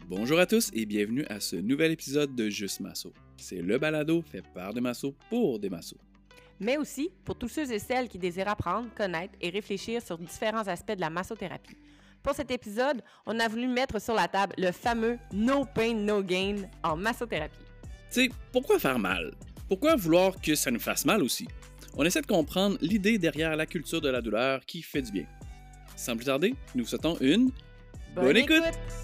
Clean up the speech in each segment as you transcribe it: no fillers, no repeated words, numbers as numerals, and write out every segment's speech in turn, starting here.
Bonjour à tous et bienvenue à ce nouvel épisode de Juste Masso. C'est le balado fait par des massos pour des massos. Mais aussi pour tous ceux et celles qui désirent apprendre, connaître et réfléchir sur différents aspects de la massothérapie. Pour cet épisode, on a voulu mettre sur la table le fameux No Pain, No Gain en massothérapie. Tu sais, pourquoi faire mal? Pourquoi vouloir que ça nous fasse mal aussi? On essaie de comprendre l'idée derrière la culture de la douleur qui fait du bien. Sans plus tarder, nous vous souhaitons une bonne écoute!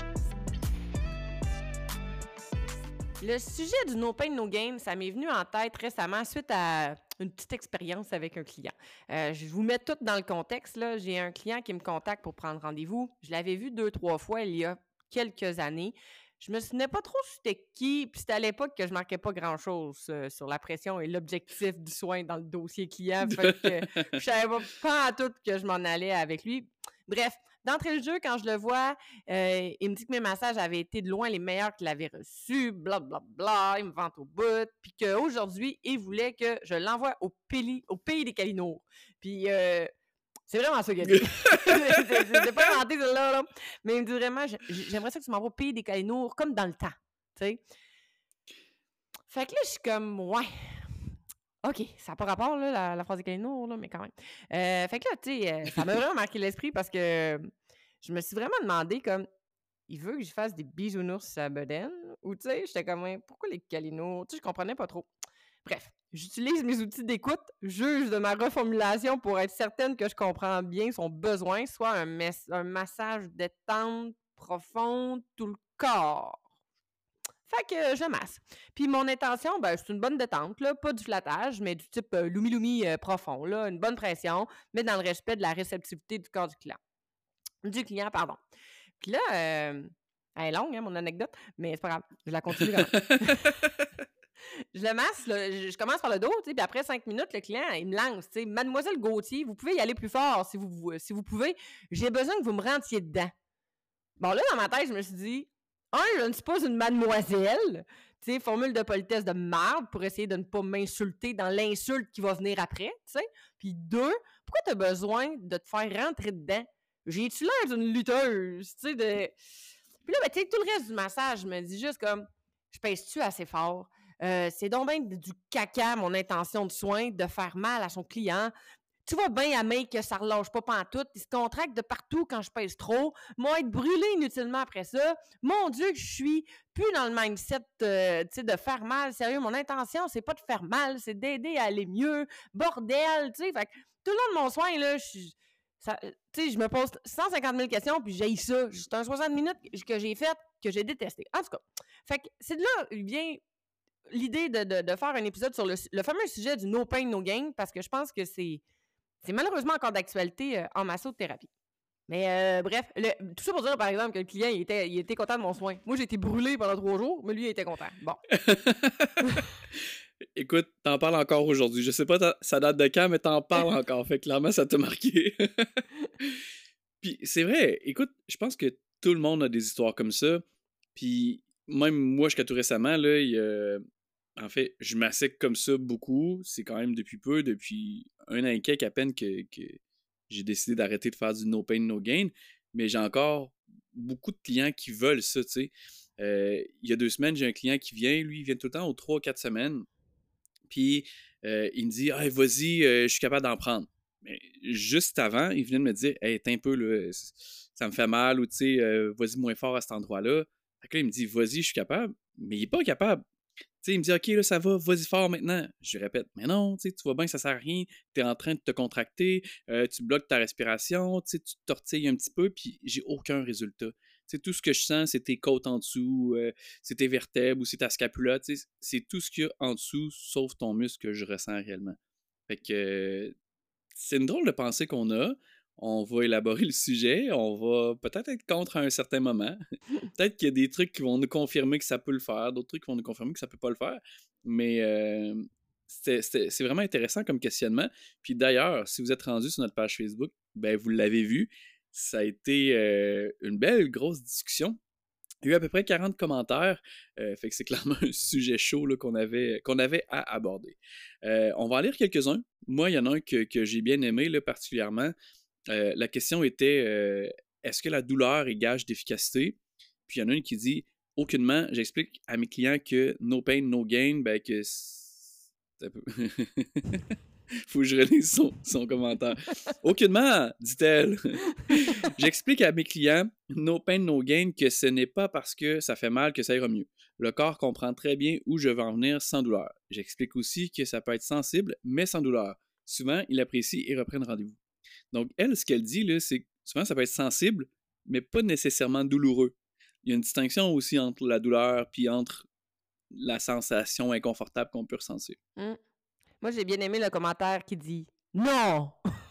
Le sujet du No Pain, No Gain, ça m'est venu en tête récemment suite à une petite expérience avec un client. Je vous mets tout dans le contexte, là. J'ai un client qui me contacte pour prendre rendez-vous. Je l'avais vu 2-3 fois il y a quelques années. Je me souvenais pas trop c'était qui, puis c'était à l'époque que je marquais pas grand-chose sur la pression et l'objectif du soin dans le dossier client. Fait que je savais pas à tout que je m'en allais avec lui. Bref, d'entrée de jeu, quand je le vois, il me dit que mes massages avaient été de loin les meilleurs qu'il avait reçus, blablabla, il me vante au bout, puis qu'aujourd'hui, il voulait que je l'envoie au pays des Calinours. Puis c'est vraiment ça qu'il a dit. C'est pas inventé celle-là, là. Mais il me dit vraiment, j'aimerais ça que tu m'envoies au pays des Calinours comme dans le temps, tu sais. Fait que là, je suis comme, ouais. OK, ça n'a pas rapport, là, la phrase des Calinours, là, mais quand même. Fait que là, tu sais, ça m'a vraiment marqué l'esprit parce que je me suis vraiment demandé, comme, il veut que je fasse des bisounours sur sa bedaine? Ou, tu sais, j'étais comme, ouais, pourquoi les Calinours? Tu sais, je comprenais pas trop. Bref, j'utilise mes outils d'écoute, juge de ma reformulation pour être certaine que je comprends bien son besoin, soit un massage détente profonde, tout le corps. Fait que je masse. Puis mon intention, ben, c'est une bonne détente, là, pas du flattage, mais du type loumi-loumi profond, là, une bonne pression, mais dans le respect de la réceptivité du corps du client. Du client, pardon. Puis là, elle est longue, hein, mon anecdote, mais c'est pas grave, je la continue quand même. Je le masse, là, je commence par le dos, tu sais, puis après 5 minutes, le client, il me lance, tu sais, Mademoiselle Gauthier, vous pouvez y aller plus fort si vous pouvez. J'ai besoin que vous me rentiez dedans. Bon, là, dans ma tête, je me suis dit, je ne suis pas une mademoiselle, tu sais, formule de politesse de marde pour essayer de ne pas m'insulter dans l'insulte qui va venir après, tu sais. Puis 2, pourquoi tu as besoin de te faire rentrer dedans? J'ai-tu l'air d'une lutteuse, tu sais, de... Puis là, ben, tu sais, tout le reste du massage, je me dis juste comme, je pèse-tu assez fort? C'est donc bien du caca, mon intention de soin, de faire mal à son client. Tu vois bien à main que ça relâche pas pantoute. Il se contracte de partout quand je pèse trop. Moi, être brûlé inutilement après ça. Mon Dieu, que je suis plus dans le mindset de faire mal. Sérieux, mon intention, c'est pas de faire mal, c'est d'aider à aller mieux. Bordel, tu sais. Fait que tout le long de mon soin, là, je me pose 150 000 questions, puis j'ai ça. C'est un 60 minutes que j'ai fait, que j'ai détesté. En tout cas, fait que c'est de là vient l'idée de faire un épisode sur le fameux sujet du no pain, no gain, parce que je pense que c'est malheureusement encore d'actualité en massothérapie. Mais bref, tout ça pour dire, par exemple, que le client, il était content de mon soin. Moi, j'ai été brûlé pendant 3 jours, mais lui, il était content. Bon. Écoute, t'en parles encore aujourd'hui. Je sais pas ça date de quand, mais t'en parles encore. Fait que clairement, ça t'a marqué. Puis c'est vrai, écoute, je pense que tout le monde a des histoires comme ça. Puis même moi, jusqu'à tout récemment, là, en fait, je massais comme ça beaucoup. C'est quand même depuis peu, depuis un an et quelques à peine que j'ai décidé d'arrêter de faire du no pain, no gain. Mais j'ai encore beaucoup de clients qui veulent ça, tu sais. Il y a 2 semaines, j'ai un client qui vient, lui, il vient tout le temps aux 3-4 semaines. Puis il me dit, ah, vas-y, je suis capable d'en prendre. Mais juste avant, il venait de me dire, hey, t'es un peu, là, ça me fait mal, ou tu sais, vas-y moins fort à cet endroit-là. Fait que là, il me dit, vas-y, je suis capable. Mais il n'est pas capable. Tu sais, il me dit, OK, là, ça va, vas-y fort maintenant. Je lui répète, mais non, tu sais, tu vois bien que ça sert à rien. Tu es en train de te contracter, tu bloques ta respiration, tu sais, tu te tortilles un petit peu, puis j'ai aucun résultat. Tu sais, tout ce que je sens, c'est tes côtes en dessous, c'est tes vertèbres ou c'est ta scapula, tu sais, c'est tout ce qu'il y a en dessous, sauf ton muscle que je ressens réellement. Fait que c'est une drôle de pensée qu'on a. On va élaborer le sujet, on va peut-être être contre à un certain moment. Peut-être qu'il y a des trucs qui vont nous confirmer que ça peut le faire, d'autres trucs qui vont nous confirmer que ça peut pas le faire. Mais c'est vraiment intéressant comme questionnement. Puis d'ailleurs, si vous êtes rendu sur notre page Facebook, ben vous l'avez vu, ça a été une belle grosse discussion. Il y a eu à peu près 40 commentaires, fait que c'est clairement un sujet chaud là, qu'on avait à aborder. On va en lire quelques-uns. Moi, il y en a un que j'ai bien aimé là, particulièrement. La question était est-ce que la douleur est gage d'efficacité? Puis il y en a une qui dit aucunement, j'explique à mes clients que no pain, no gain, ben que... Faut que je relise son commentaire. Aucunement, dit-elle. J'explique à mes clients, no pain, no gain, que ce n'est pas parce que ça fait mal que ça ira mieux. Le corps comprend très bien où je veux en venir sans douleur. J'explique aussi que ça peut être sensible, mais sans douleur. Souvent, ils apprécient et reprennent rendez-vous. Donc, elle, ce qu'elle dit, là, c'est que souvent, ça peut être sensible, mais pas nécessairement douloureux. Il y a une distinction aussi entre la douleur puis entre la sensation inconfortable qu'on peut ressentir. Moi, j'ai bien aimé le commentaire qui dit « Non! »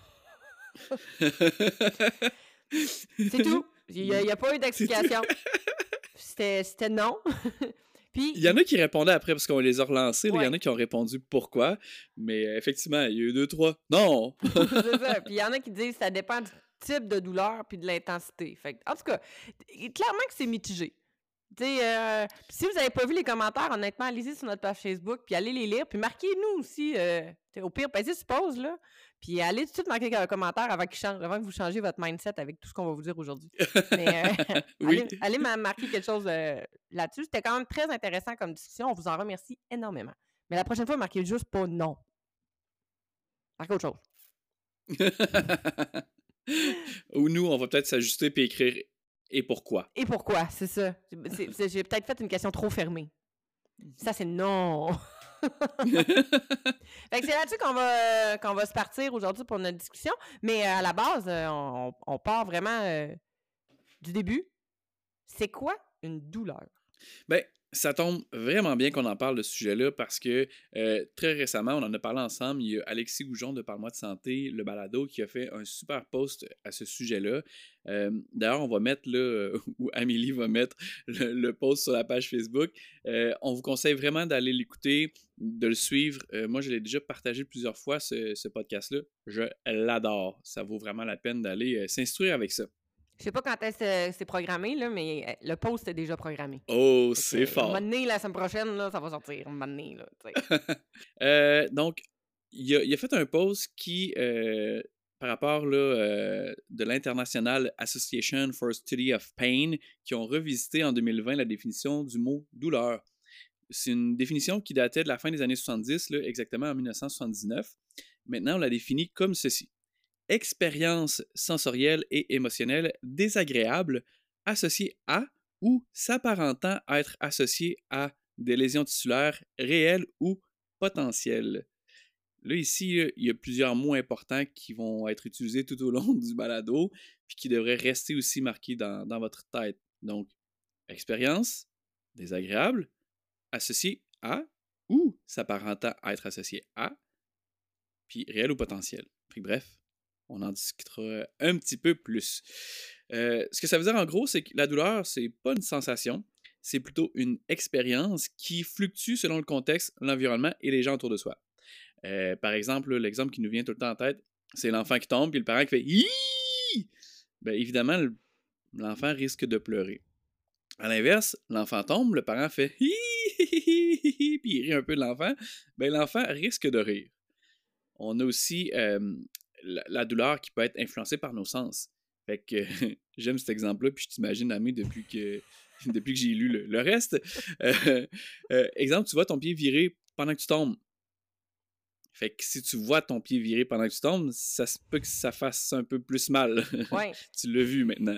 C'est tout. Il n'y a pas eu d'explication. C'était non. Puis, il y en a qui répondaient après parce qu'on les a relancés. Il y en a qui ont répondu pourquoi. Mais effectivement, il y a eu 2, 3. Non! C'est ça. Puis il y en a qui disent que ça dépend du type de douleur puis de l'intensité. Fait en tout cas, clairement que c'est mitigé. Si vous n'avez pas vu les commentaires, honnêtement, allez-y sur notre page Facebook, puis allez les lire, puis marquez-nous aussi. Au pire, passez sur pause, là, puis allez tout de suite marquer un commentaire avant que vous changiez votre mindset avec tout ce qu'on va vous dire aujourd'hui. Mais oui. allez marquer quelque chose là-dessus. C'était quand même très intéressant comme discussion. On vous en remercie énormément. Mais la prochaine fois, marquez juste pas non. Marquez autre chose. Ou nous, on va peut-être s'ajuster puis écrire « Et pourquoi? » Et pourquoi, c'est ça. J'ai peut-être fait une question trop fermée. Ça, c'est non. Fait que c'est là-dessus qu'on va se partir aujourd'hui pour notre discussion. Mais à la base, on part vraiment du début. C'est quoi une douleur? Ben, ça tombe vraiment bien qu'on en parle de ce sujet-là parce que très récemment, on en a parlé ensemble. Il y a Alexis Goujon de Parle-moi de santé, le balado, qui a fait un super post à ce sujet-là. D'ailleurs, on va mettre là, ou Amélie va mettre le post sur la page Facebook. On vous conseille vraiment d'aller l'écouter, de le suivre. Moi, je l'ai déjà partagé plusieurs fois, ce podcast-là. Je l'adore. Ça vaut vraiment la peine d'aller s'instruire avec ça. Je sais pas quand est-ce que c'est programmé, là, mais le post est déjà programmé. Oh, c'est fort! Un moment donné, la semaine prochaine, là, ça va sortir. Un moment donné, là, donc, il a fait un post qui, par rapport là, de l'International Association for Study of Pain, qui ont revisité en 2020 la définition du mot « douleur ». C'est une définition qui datait de la fin des années 70, là, exactement en 1979. Maintenant, on la définit comme ceci. Expérience sensorielle et émotionnelle désagréable associée à ou s'apparentant à être associée à des lésions tissulaires réelles ou potentielles. Là, ici, il y a plusieurs mots importants qui vont être utilisés tout au long du balado puis qui devraient rester aussi marqués dans votre tête. Donc, expérience désagréable associée à ou s'apparentant à être associée à, puis réel ou potentiel. Puis bref, on en discutera un petit peu plus. Ce que ça veut dire en gros, c'est que la douleur, c'est pas une sensation, c'est plutôt une expérience qui fluctue selon le contexte, l'environnement et les gens autour de soi. Par exemple, l'exemple qui nous vient tout le temps en tête, c'est l'enfant qui tombe puis le parent qui fait « Hiiii !» Bien évidemment, l'enfant risque de pleurer. À l'inverse, l'enfant tombe, le parent fait « Hiiii !» puis il rit un peu de l'enfant, bien l'enfant risque de rire. On a aussi la douleur qui peut être influencée par nos sens. Fait que j'aime cet exemple-là, puis je t'imagine, Amé, depuis que j'ai lu le reste. Exemple, tu vois ton pied virer pendant que tu tombes. Fait que si tu vois ton pied virer pendant que tu tombes, ça se peut que ça fasse un peu plus mal. Ouais. Tu l'as vu maintenant.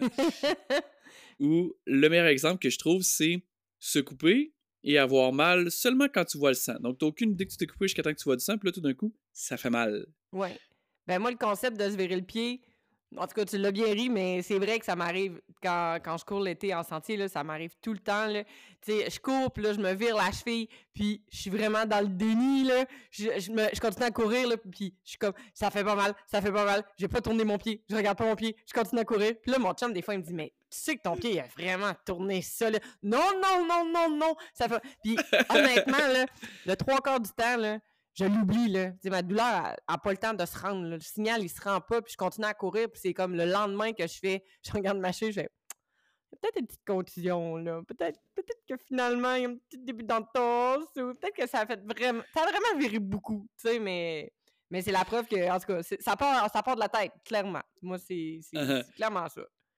Ou le meilleur exemple que je trouve, c'est se couper et avoir mal seulement quand tu vois le sang. Donc, tu n'as aucune idée que tu t'es coupé jusqu'à temps que tu vois du sang, puis là, tout d'un coup, ça fait mal. Oui. Ben moi, le concept de se virer le pied, en tout cas, tu l'as bien ri, mais c'est vrai que ça m'arrive quand je cours l'été en sentier, là, ça m'arrive tout le temps. Tu sais, je cours, puis là, je me vire la cheville, puis je suis vraiment dans le déni, là. Je continue à courir, là, puis je suis comme, ça fait pas mal, j'ai pas tourné mon pied, je regarde pas mon pied, je continue à courir. Puis là, mon chum, des fois, il me dit, mais tu sais que ton pied, il a vraiment tourné ça, là. Non, ça fait... Puis honnêtement, là, le 3/4 du temps, là, je l'oublie, là. T'sais, ma douleur n'a pas le temps de se rendre. Là. Le signal, il se rend pas, puis je continue à courir, puis c'est comme le lendemain que je regarde ma cheville, je fais peut-être une petite contusion, là. Peut-être que finalement, il y a un petit début d'entorse, ou peut-être que ça a vraiment viré beaucoup, tu sais, mais c'est la preuve que, en tout cas, ça part de la tête, clairement. Moi, c'est clairement ça.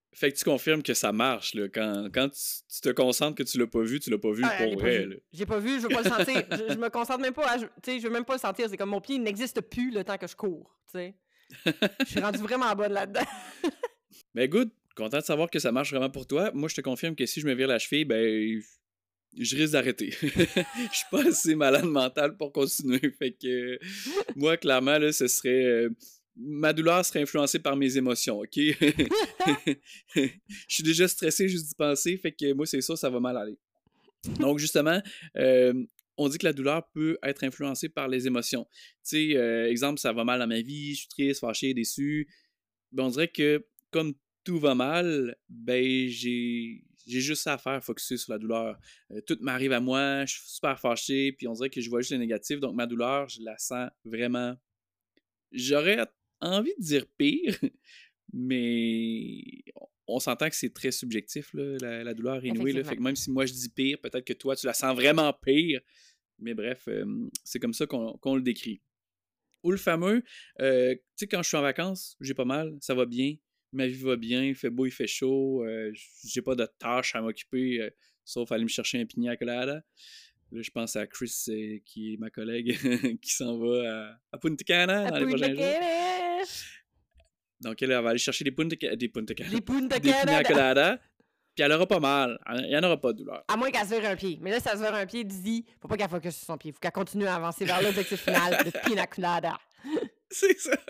Fait que tu confirmes que ça marche, là. Quand tu te concentres que tu l'as pas vu Ah, je pour l'ai pas vrai, vu. là. J'ai pas vu, je veux pas le sentir. Je me concentre même pas tu sais, je veux même pas le sentir. C'est comme mon pied, il n'existe plus le temps que je cours, tu sais. Je suis rendue vraiment bonne là-dedans. Ben good, content de savoir que ça marche vraiment pour toi. Moi, je te confirme que si je me vire la cheville, ben je risque d'arrêter. Je suis pas assez malade mental pour continuer. Fait que moi, clairement, là, ce serait. Ma douleur serait influencée par mes émotions, OK? Je suis déjà stressé juste d'y penser, fait que moi, c'est ça va mal aller. Donc, justement, euh, on dit que la douleur peut être influencée par les émotions. Tu sais, exemple, ça va mal dans ma vie, je suis triste, fâché, déçu. Ben, on dirait que comme tout va mal, ben j'ai juste ça à faire, focusser sur la douleur. Tout m'arrive à moi, je suis super fâché, puis on dirait que je vois juste le négatif, donc ma douleur, je la sens vraiment. J'aurais envie de dire pire, mais on s'entend que c'est très subjectif, là, la douleur anyway, là. Effectivement. Fait que même si moi je dis pire, peut-être que toi tu la sens vraiment pire, mais bref, c'est comme ça qu'on le décrit. Ou le fameux, tu sais, quand je suis en vacances, j'ai pas mal, ça va bien, ma vie va bien, il fait beau, il fait chaud, j'ai pas de tâches à m'occuper, sauf aller me chercher un pina colada. Là, je pense à Chris, qui est ma collègue, qui s'en va à Punta Cana À dans les Punta prochains jours. Cana! Donc, elle va aller chercher des Punta Cana, Les Punta des pina Canada! colada, puis elle aura pas mal, il y en aura pas de douleur. À moins qu'elle se vire un pied. Mais là, si elle se vire un pied, dis faut pas qu'elle focus sur son pied. Faut qu'elle continue à avancer vers l'objectif final de Pina Colada. C'est ça!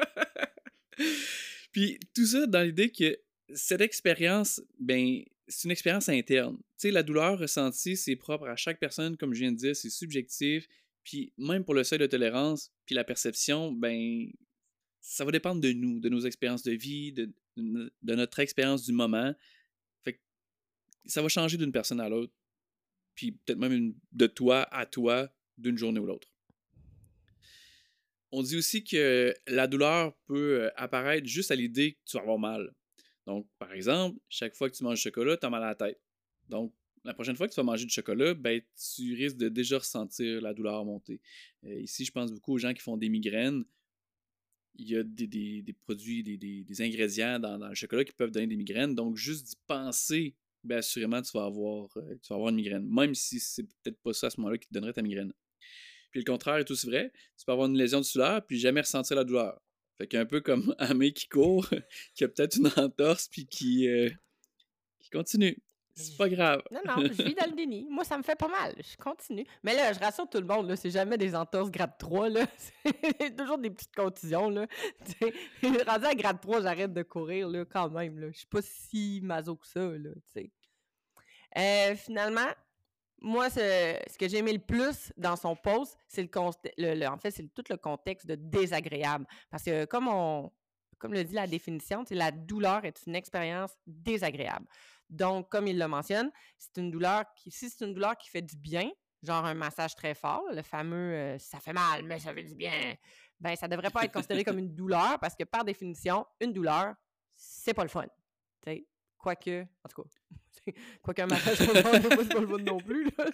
Puis tout ça dans l'idée que cette expérience, ben, c'est une expérience interne. Tu sais, la douleur ressentie, c'est propre à chaque personne, comme je viens de dire, c'est subjectif. Puis même pour le seuil de tolérance, puis la perception, ben, ça va dépendre de nous, de nos expériences de vie, de notre expérience du moment. Fait que ça va changer d'une personne à l'autre, puis peut-être même de toi à toi, d'une journée ou l'autre. On dit aussi que la douleur peut apparaître juste à l'idée que tu vas avoir mal. Donc, par exemple, chaque fois que tu manges du chocolat, tu as mal à la tête. Donc, la prochaine fois que tu vas manger du chocolat, ben, tu risques de déjà ressentir la douleur monter. Ici, je pense beaucoup aux gens qui font des migraines. Il y a des produits, des ingrédients dans le chocolat qui peuvent donner des migraines. Donc, juste d'y penser, ben, assurément, tu vas avoir une migraine. Même si c'est peut-être pas ça à ce moment-là qui te donnerait ta migraine. Puis le contraire est aussi vrai. Tu peux avoir une lésion tissulaire puis jamais ressentir la douleur. Fait qu'un peu comme Amé qui court, qui a peut-être une entorse puis qui continue. C'est pas grave. Non, je vis dans le déni. Moi, ça me fait pas mal. Je continue. Mais là, je rassure tout le monde, là, c'est jamais des entorses grade 3, là. C'est toujours des petites contusions, là. Rendu à grade 3, j'arrête de courir, là, quand même, là. Je suis pas si maso que ça, là, tu sais. Finalement, moi, ce que j'ai aimé le plus dans son post, c'est en fait, c'est tout le contexte de désagréable. Parce que comme le dit la définition, la douleur est une expérience désagréable. Donc, comme il le mentionne, si c'est une douleur qui fait du bien, genre un massage très fort, le fameux ça fait mal, mais ça fait du bien, ben ça devrait pas être considéré comme une douleur parce que par définition, une douleur, c'est pas le fun. T'sais? Quoique, en tout cas, quoique un massage c'est pas le fun non plus. Là,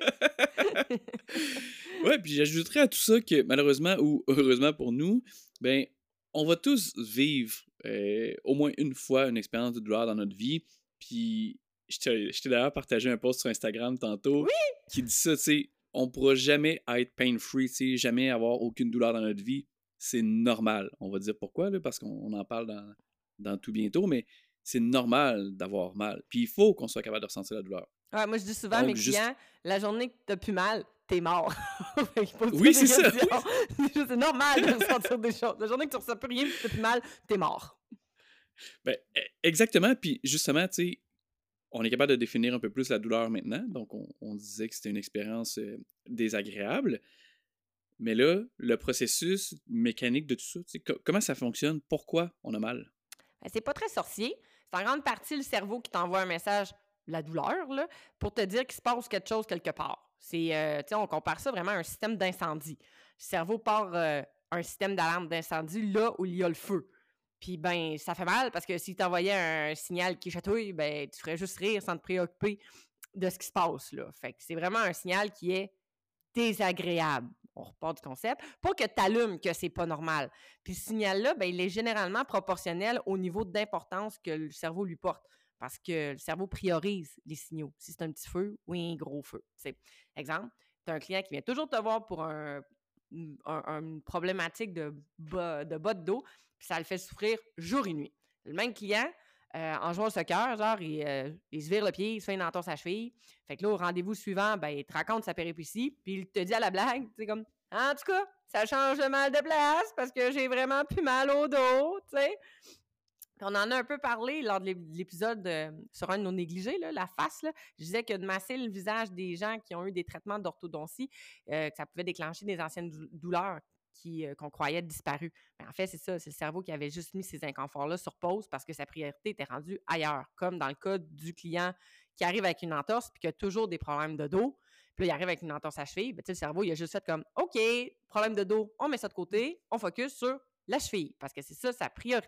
Ouais, puis j'ajouterais à tout ça que malheureusement ou heureusement pour nous, ben on va tous vivre au moins une fois une expérience de douleur dans notre vie. Puis je t'ai d'ailleurs partagé un post sur Instagram tantôt qui dit ça, tu sais, on pourra jamais être pain-free, tu sais, jamais avoir aucune douleur dans notre vie. C'est normal. On va dire pourquoi, là, parce qu'on en parle dans tout bientôt, mais c'est normal d'avoir mal. Puis il faut qu'on soit capable de ressentir la douleur. ouais, moi, je dis souvent à Donc, mes clients, la journée que t'as plus mal, t'es mort. Fait qu'il faut se oui, poser c'est des ça. questions. C'est normal de ressentir des choses. La journée que tu ressens plus rien, t'as plus mal, t'es mort. Ben, exactement. Puis justement, tu sais, on est capable de définir un peu plus la douleur maintenant. Donc, on disait que c'était une expérience désagréable. Mais là, le processus mécanique de tout ça, tu sais, comment ça fonctionne? Pourquoi on a mal? Ben, c'est pas très sorcier. C'est en grande partie le cerveau qui t'envoie un message, la douleur, là, pour te dire qu'il se passe quelque chose quelque part. On compare ça vraiment à un système d'incendie. Le cerveau part un système d'alarme d'incendie là où il y a le feu. Puis, ben, ça fait mal parce que s'il t'envoyait un signal qui chatouille, ben, tu ferais juste rire sans te préoccuper de ce qui se passe, là. Fait que c'est vraiment un signal qui est désagréable. On repart du concept, pour que tu allumes que c'est pas normal. Puis ce signal-là, ben, il est généralement proportionnel au niveau d'importance que le cerveau lui porte. Parce que le cerveau priorise les signaux. Si c'est un petit feu ou un gros feu. T'sais. Exemple, tu as un client qui vient toujours te voir pour une problématique de bas de dos, puis ça le fait souffrir jour et nuit. Le même client, en jouant au soccer, genre, il se vire le pied, il se fait une entorse à la cheville. Fait que là, au rendez-vous suivant, ben, il te raconte sa péripétie, puis il te dit à la blague, tu sais, comme, en tout cas, ça change le mal de place parce que j'ai vraiment plus mal au dos, tu sais. On en a un peu parlé lors de l'épisode sur un de nos négligés, là, la face. Là. Je disais que de masser le visage des gens qui ont eu des traitements d'orthodontie, que ça pouvait déclencher des anciennes douleurs qu'on croyait disparues. Mais en fait, c'est ça, c'est le cerveau qui avait juste mis ces inconforts-là sur pause parce que sa priorité était rendue ailleurs, comme dans le cas du client qui arrive avec une entorse puis qui a toujours des problèmes de dos. Puis là, il arrive avec une entorse à cheville. Ben, le cerveau, il a juste fait comme « OK, problème de dos, on met ça de côté, on focus sur la cheville parce que c'est ça sa priorité. »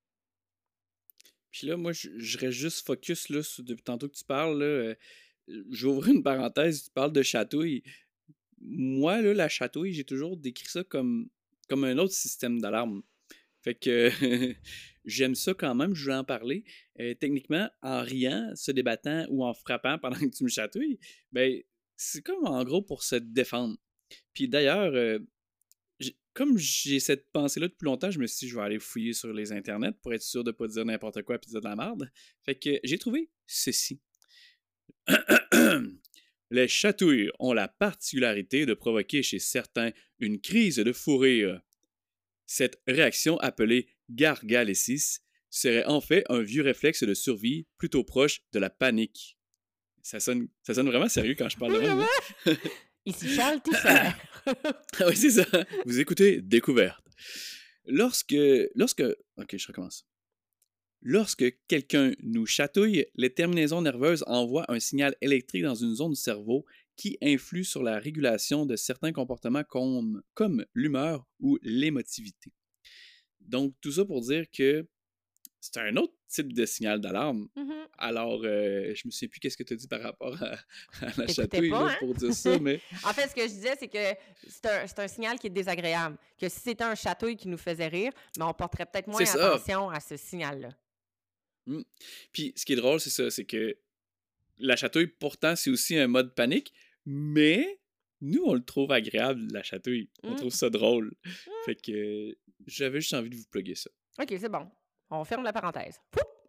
Puis là, moi, je reste juste focus là, depuis tantôt que tu parles. Là, j'ouvre une parenthèse, tu parles de chatouille. Moi, là, la chatouille, j'ai toujours décrit ça comme un autre système d'alarme. Fait que j'aime ça quand même, je voulais en parler. Techniquement, en riant, se débattant ou en frappant pendant que tu me chatouilles, ben, c'est comme en gros pour se défendre. Puis d'ailleurs, comme j'ai cette pensée-là depuis longtemps, je me suis dit, je vais aller fouiller sur les internets pour être sûr de ne pas dire n'importe quoi et de dire de la merde. Fait que j'ai trouvé ceci. Les chatouilles ont la particularité de provoquer chez certains une crise de fou rire. Cette réaction appelée gargalésis serait en fait un vieux réflexe de survie plutôt proche de la panique. Ça sonne vraiment sérieux quand je parle de même. Hein? Ici Charles Tisser. Ah oui, c'est ça. Vous écoutez Découverte. Lorsque... Ok, je recommence. Lorsque quelqu'un nous chatouille, les terminaisons nerveuses envoient un signal électrique dans une zone du cerveau qui influe sur la régulation de certains comportements comme l'humeur ou l'émotivité. Donc, tout ça pour dire que c'est un autre type de signal d'alarme. Mm-hmm. Alors, je me souviens plus qu'est-ce que tu as dit par rapport à la chatouille pas, là, hein? pour dire ça, mais... En fait, ce que je disais, c'est que c'est un signal qui est désagréable. Que si c'était un chatouille qui nous faisait rire, mais on porterait peut-être moins attention à ce signal-là. Puis, ce qui est drôle, c'est ça, c'est que la chatouille, pourtant, c'est aussi un mode panique, mais nous, on le trouve agréable, la chatouille. On trouve ça drôle. Fait que j'avais juste envie de vous plugger ça. OK, c'est bon. On ferme la parenthèse.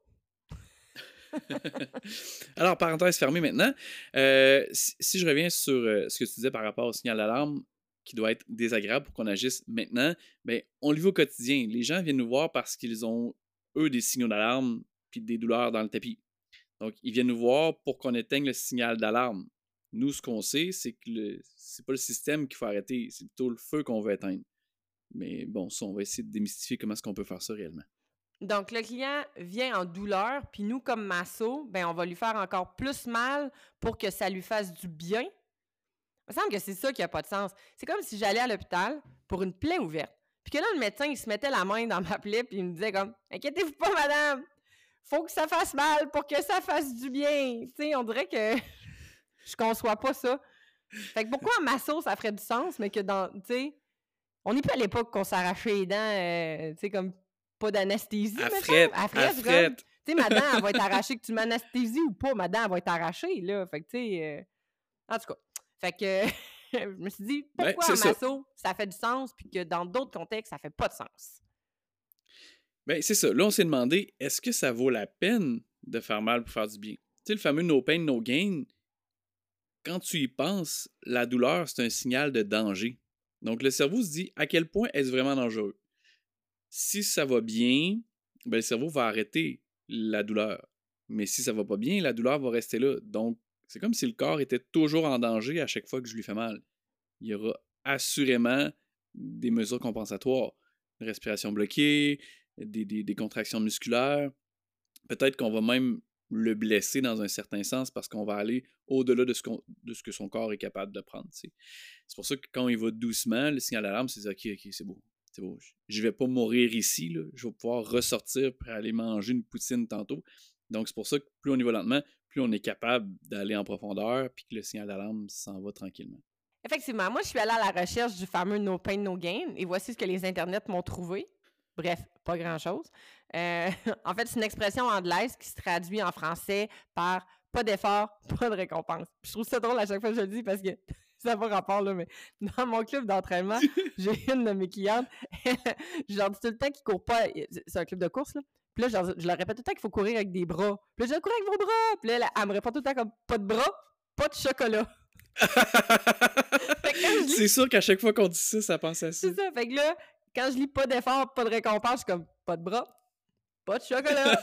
Alors, parenthèse fermée maintenant. Si je reviens sur ce que tu disais par rapport au signal d'alarme qui doit être désagréable pour qu'on agisse maintenant, bien, on le vit au quotidien. Les gens viennent nous voir parce qu'ils ont, eux, des signaux d'alarme puis des douleurs dans le tapis. Donc, ils viennent nous voir pour qu'on éteigne le signal d'alarme. Nous, ce qu'on sait, c'est que c'est pas le système qu'il faut arrêter, c'est plutôt le feu qu'on veut éteindre. Mais bon, ça, on va essayer de démystifier comment est-ce qu'on peut faire ça réellement. Donc, le client vient en douleur, puis nous, comme masso, ben, on va lui faire encore plus mal pour que ça lui fasse du bien. Il me semble que c'est ça qui n'a pas de sens. C'est comme si j'allais à l'hôpital pour une plaie ouverte. Puis que là, le médecin, il se mettait la main dans ma plaie, puis il me disait comme « Inquiétez-vous pas, madame! Faut que ça fasse mal pour que ça fasse du bien! » Tu sais, on dirait que je conçois pas ça. Fait que pourquoi en masso, ça ferait du sens, mais que dans, tu sais, on n'est plus à l'époque qu'on s'arrachait les dents, tu sais, comme pas d'anesthésie, à frette. Tu sais, ma dent, elle va être arrachée, que tu m'anesthésies ou pas, ma dent, elle va être arrachée, là. Fait que, tu sais, en tout cas. Fait que, je me suis dit, pourquoi en masso, ça fait du sens, puis que dans d'autres contextes, ça fait pas de sens? Bien, c'est ça. Là, on s'est demandé, est-ce que ça vaut la peine de faire mal pour faire du bien? Tu sais, le fameux no pain, no gain, quand tu y penses, la douleur, c'est un signal de danger. Donc, le cerveau se dit, à quel point est-ce vraiment dangereux? Si ça va bien, ben, le cerveau va arrêter la douleur. Mais si ça va pas bien, la douleur va rester là. Donc, c'est comme si le corps était toujours en danger à chaque fois que je lui fais mal. Il y aura assurément des mesures compensatoires. Une respiration bloquée, des contractions musculaires. Peut-être qu'on va même le blesser dans un certain sens parce qu'on va aller au-delà de ce que son corps est capable de prendre. T'sais. C'est pour ça que quand il va doucement, le signal d'alarme, c'est OK, c'est beau. C'est beau. Je vais pas mourir ici. Là. Je vais pouvoir ressortir pour aller manger une poutine tantôt. Donc, c'est pour ça que plus on y va lentement, plus on est capable d'aller en profondeur puis que le signal d'alarme s'en va tranquillement. Effectivement, moi, je suis allée à la recherche du fameux No Pain, No Gain et voici ce que les internets m'ont trouvé. Bref, pas grand-chose. En fait, c'est une expression anglaise qui se traduit en français par « pas d'effort, pas de récompense ». Je trouve ça drôle à chaque fois que je le dis parce que ça n'a pas rapport, là, mais dans mon club d'entraînement, j'ai une de mes clientes, je leur dis tout le temps qu'ils ne courent pas. C'est un club de course, là. Puis là, je leur répète tout le temps qu'il faut courir avec des bras. Puis là, je dis « courir avec vos bras ». Puis là, elle me répond tout le temps comme « pas de bras, pas de chocolat ». C'est sûr qu'à chaque fois qu'on dit ça, ça pense à ça. C'est ça. Fait que là, quand je lis pas d'effort, pas de récompense, je suis comme pas de bras, pas de chocolat.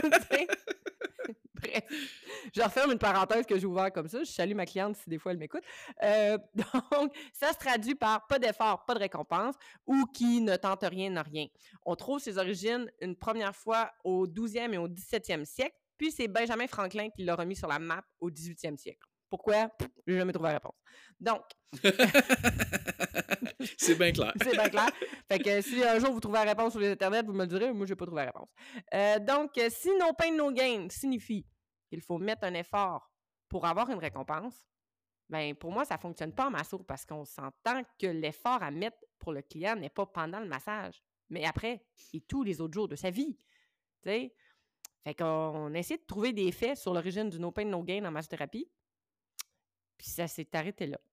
Bref. Je referme une parenthèse que j'ai ouverte comme ça. Je salue ma cliente si des fois elle m'écoute. Donc, ça se traduit par pas d'effort, pas de récompense ou qui ne tente rien n'a rien. On trouve ses origines une première fois au 12e et au 17e siècle, puis c'est Benjamin Franklin qui l'a remis sur la map au 18e siècle. Pourquoi? J'ai jamais trouvé la réponse. Donc... C'est bien clair. C'est bien clair. Fait que si un jour vous trouvez la réponse sur les internets, vous me le direz. Moi, j'ai pas trouvé la réponse. Donc, si no pain, no gain signifie qu'il faut mettre un effort pour avoir une récompense, ben pour moi, ça fonctionne pas en masso parce qu'on s'entend que l'effort à mettre pour le client n'est pas pendant le massage, mais après et tous les autres jours de sa vie. Tu sais? Fait qu'on essaie de trouver des faits sur l'origine du no pain, no gain en massothérapie. Puis ça s'est arrêté là.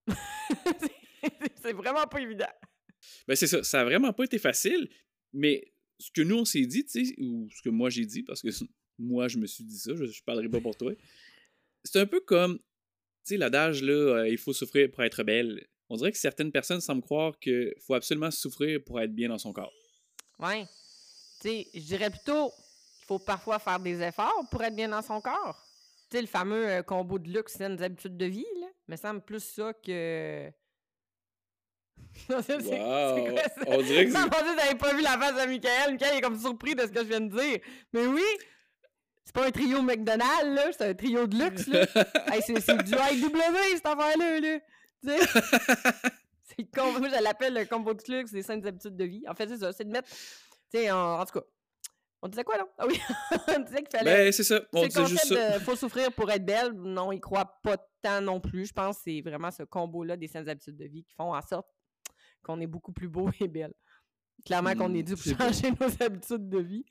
C'est vraiment pas évident. Ben c'est ça. Ça a vraiment pas été facile, mais ce que nous, on s'est dit, tu sais, ou ce que moi j'ai dit, parce que moi, je me suis dit ça, je parlerai pas pour toi. C'est un peu comme, tu sais, l'adage, là, il faut souffrir pour être belle. On dirait que certaines personnes semblent croire qu'il faut absolument souffrir pour être bien dans son corps. Ouais. Tu sais, je dirais plutôt qu'il faut parfois faire des efforts pour être bien dans son corps. Tu sais, le fameux combo de luxe, saines habitudes de vie, là, me semble plus ça que... Wow. C'est on dirait que c'est... Vous n'avez pas vu la face de Michael. Michael est comme surpris de ce que je viens de dire. Mais oui, c'est pas un trio McDonald's, là, c'est un trio de luxe, là. Hey, c'est du IW, cette affaire-là, là. Tu sais? C'est le combo, moi, je l'appelle le combo de luxe des saines habitudes de vie. En fait, c'est ça, c'est de mettre... Tu sais, en tout cas... On disait quoi, là? Ah oui! On disait qu'il fallait... Ben, c'est ça. On disait juste ça. Faut souffrir pour être belle. Non, il croit pas tant non plus. Je pense que c'est vraiment ce combo-là des saines habitudes de vie qui font en sorte qu'on est beaucoup plus beau et belle. Clairement qu'on est dû pour changer nos habitudes de vie.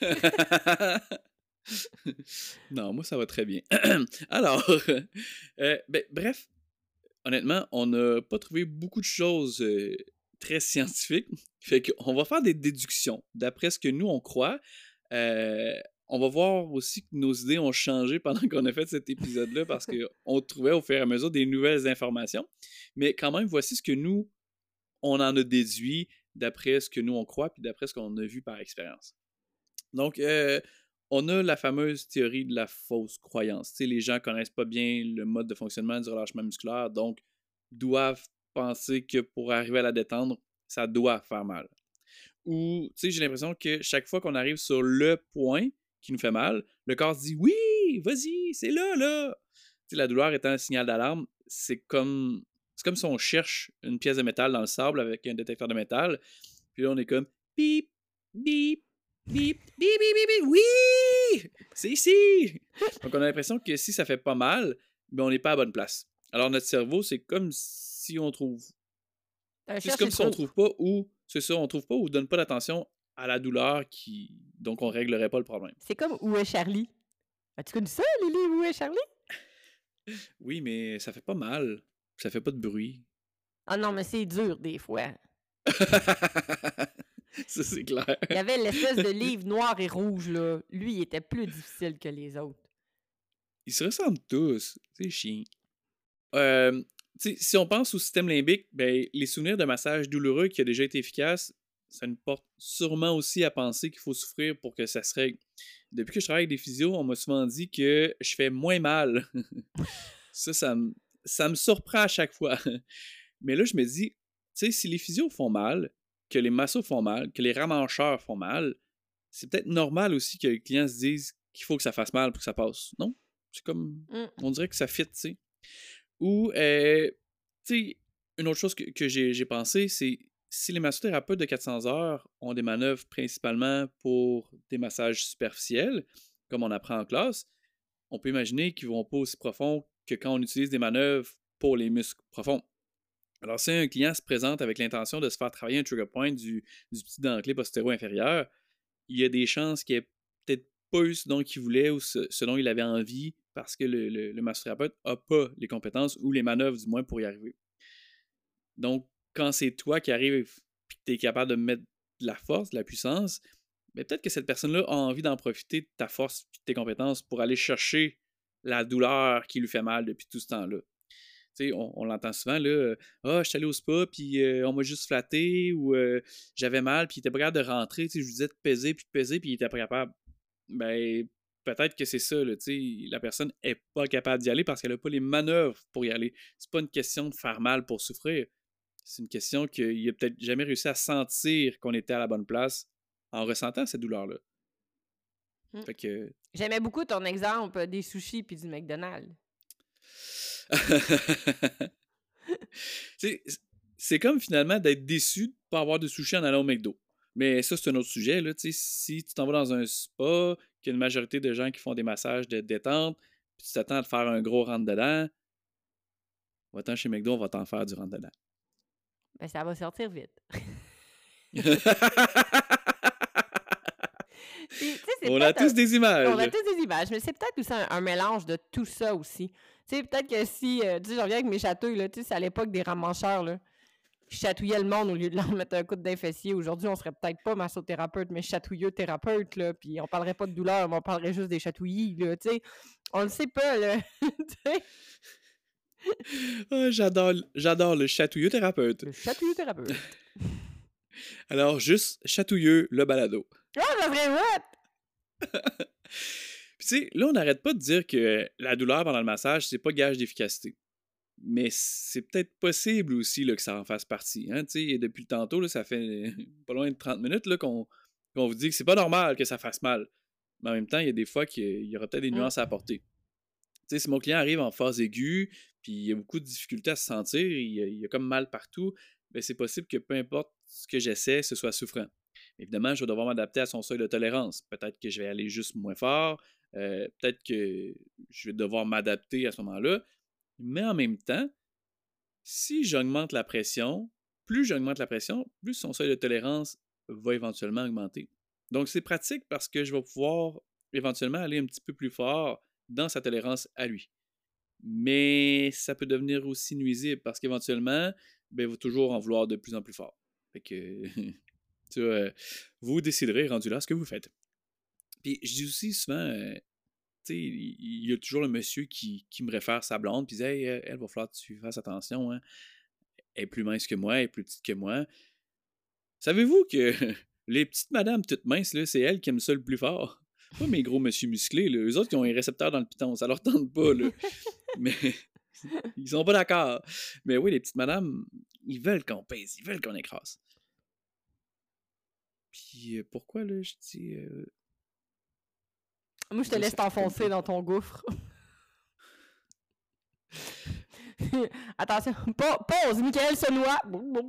Non, moi, ça va très bien. Alors, ben, bref, honnêtement, on n'a pas trouvé beaucoup de choses très scientifiques. Fait qu'on va faire des déductions. D'après ce que nous, on croit, on va voir aussi que nos idées ont changé pendant qu'on a fait cet épisode-là parce qu'on trouvait au fur et à mesure des nouvelles informations. Mais quand même, voici ce que nous, on en a déduit d'après ce que nous, on croit puis d'après ce qu'on a vu par expérience. Donc, on a la fameuse théorie de la fausse croyance. Tu sais, les gens ne connaissent pas bien le mode de fonctionnement du relâchement musculaire, donc doivent penser que pour arriver à la détendre, ça doit faire mal. Ou, tu sais, j'ai l'impression que chaque fois qu'on arrive sur le point qui nous fait mal, le corps se dit « Oui, vas-y, c'est là, là! » Tu sais, la douleur étant un signal d'alarme, c'est comme si on cherche une pièce de métal dans le sable avec un détecteur de métal, puis là, on est comme « Bip, bip, bip, bip, bip, bip, bip, oui! C'est ici! » Donc, on a l'impression que si ça fait pas mal, ben, on n'est pas à la bonne place. Alors, notre cerveau, c'est comme si on trouve... C'est comme si on trouve pas ou... C'est ça, on trouve pas ou donne pas d'attention à la douleur donc on réglerait pas le problème. C'est comme Où est Charlie? As-tu connu ça, Lily? Où est Charlie? Oui, mais ça fait pas mal. Ça fait pas de bruit. Ah non, mais c'est dur des fois. Ça, c'est clair. Il y avait l'espèce de livre noir et rouge, là. Lui, il était plus difficile que les autres. Ils se ressemblent tous. C'est chiant. Si on pense au système limbique, ben, les souvenirs de massage douloureux qui a déjà été efficace, ça nous porte sûrement aussi à penser qu'il faut souffrir pour que ça se règle. Depuis que je travaille avec des physios, on m'a souvent dit que je fais moins mal. ça me surprend à chaque fois. Mais là, je me dis, tu sais, si les physios font mal, que les massos font mal, que les ramancheurs font mal, c'est peut-être normal aussi que les clients se disent qu'il faut que ça fasse mal pour que ça passe. Non? C'est comme... On dirait que ça fit, tu sais. Ou, tu sais, une autre chose que j'ai pensé, c'est si les massothérapeutes de 400 heures ont des manœuvres principalement pour des massages superficiels, comme on apprend en classe, on peut imaginer qu'ils ne vont pas aussi profond que quand on utilise des manœuvres pour les muscles profonds. Alors, si un client se présente avec l'intention de se faire travailler un trigger point du petit dentelé postéro-inférieur, il y a des chances qu'il n'ait peut-être pas eu ce dont il voulait ou ce dont il avait envie parce que le massothérapeute n'a pas les compétences ou les manœuvres, du moins, pour y arriver. Donc, quand c'est toi qui arrives et que tu es capable de mettre de la force, de la puissance, mais peut-être que cette personne-là a envie d'en profiter de ta force et de tes compétences pour aller chercher la douleur qui lui fait mal depuis tout ce temps-là. Tu sais, on l'entend souvent, là, je suis allé au spa, puis on m'a juste flatté, ou j'avais mal, puis il était pas capable de rentrer, tu sais, je lui disais de peser, puis il était pas capable. Ben, peut-être que c'est ça, là, tu sais, la personne est pas capable d'y aller parce qu'elle a pas les manœuvres pour y aller. C'est pas une question de faire mal pour souffrir, c'est une question qu'il a peut-être jamais réussi à sentir qu'on était à la bonne place en ressentant cette douleur-là. Fait que... J'aimais beaucoup ton exemple des sushis puis du McDonald's. C'est comme finalement d'être déçu de ne pas avoir de sushi en allant au McDo. Mais ça, c'est un autre sujet. Là. Si tu t'en vas dans un spa, qu'il y a une majorité de gens qui font des massages de détente, puis tu t'attends à te faire un gros rentre-dedans, va-t'en chez McDo, on va t'en faire du rentre-dedans. Ben, ça va sortir vite. Puis, on a tous des images. On a tous des images, mais c'est peut-être aussi un mélange de tout ça aussi. Tu sais, peut-être que si, tu sais, je reviens avec mes chatouilles, là, tu sais, c'est à l'époque des ramancheurs, là. Je chatouillais le monde au lieu de leur mettre un coup de fessier. Aujourd'hui, on serait peut-être pas massothérapeute, mais chatouilleux thérapeute, là, puis on parlerait pas de douleur, mais on parlerait juste des chatouillis, là, tu sais. On le sait pas, là, oh, j'adore le chatouilleux thérapeute. Le chatouilleux thérapeute. Alors, juste chatouilleux, le balado. Ah, ça serait what? Puis tu sais, là, on n'arrête pas de dire que la douleur pendant le massage, c'est pas gage d'efficacité. Mais c'est peut-être possible aussi là, que ça en fasse partie. Hein? Depuis le tantôt, là, ça fait pas loin de 30 minutes là, qu'on vous dit que c'est pas normal que ça fasse mal. Mais en même temps, il y a des fois qu'il y aura peut-être des nuances à apporter. T'sais, si mon client arrive en phase aiguë, puis il a beaucoup de difficultés à se sentir, il a comme mal partout, bien, c'est possible que peu importe ce que j'essaie, ce soit souffrant. Évidemment, je vais devoir m'adapter à son seuil de tolérance. Peut-être que je vais aller juste moins fort, peut-être que je vais devoir m'adapter à ce moment-là. Mais en même temps, si j'augmente la pression, plus j'augmente la pression, plus son seuil de tolérance va éventuellement augmenter. Donc, c'est pratique parce que je vais pouvoir éventuellement aller un petit peu plus fort dans sa tolérance à lui. Mais ça peut devenir aussi nuisible parce qu'éventuellement, il va toujours en vouloir de plus en plus fort. Fait que, tu vois, vous déciderez, rendu là, ce que vous faites. Puis, je dis aussi souvent, il y a toujours le monsieur qui me réfère sa blonde, puis il dit hey, elle va falloir que tu fasses attention, hein. Elle est plus mince que moi, elle est plus petite que moi. Savez-vous que les petites madames toutes minces, là, c'est elles qui aiment ça le plus fort? Pas mes gros monsieur musclés, là. Eux autres qui ont un récepteur dans le piton, ça leur tente pas, là. Mais ils sont pas d'accord. Mais oui, les petites madames, ils veulent qu'on pèse, ils veulent qu'on écrase. Puis pourquoi, là, je dis... Moi, je te laisse t'enfoncer dans ton gouffre. Attention, pause, Michael se noie.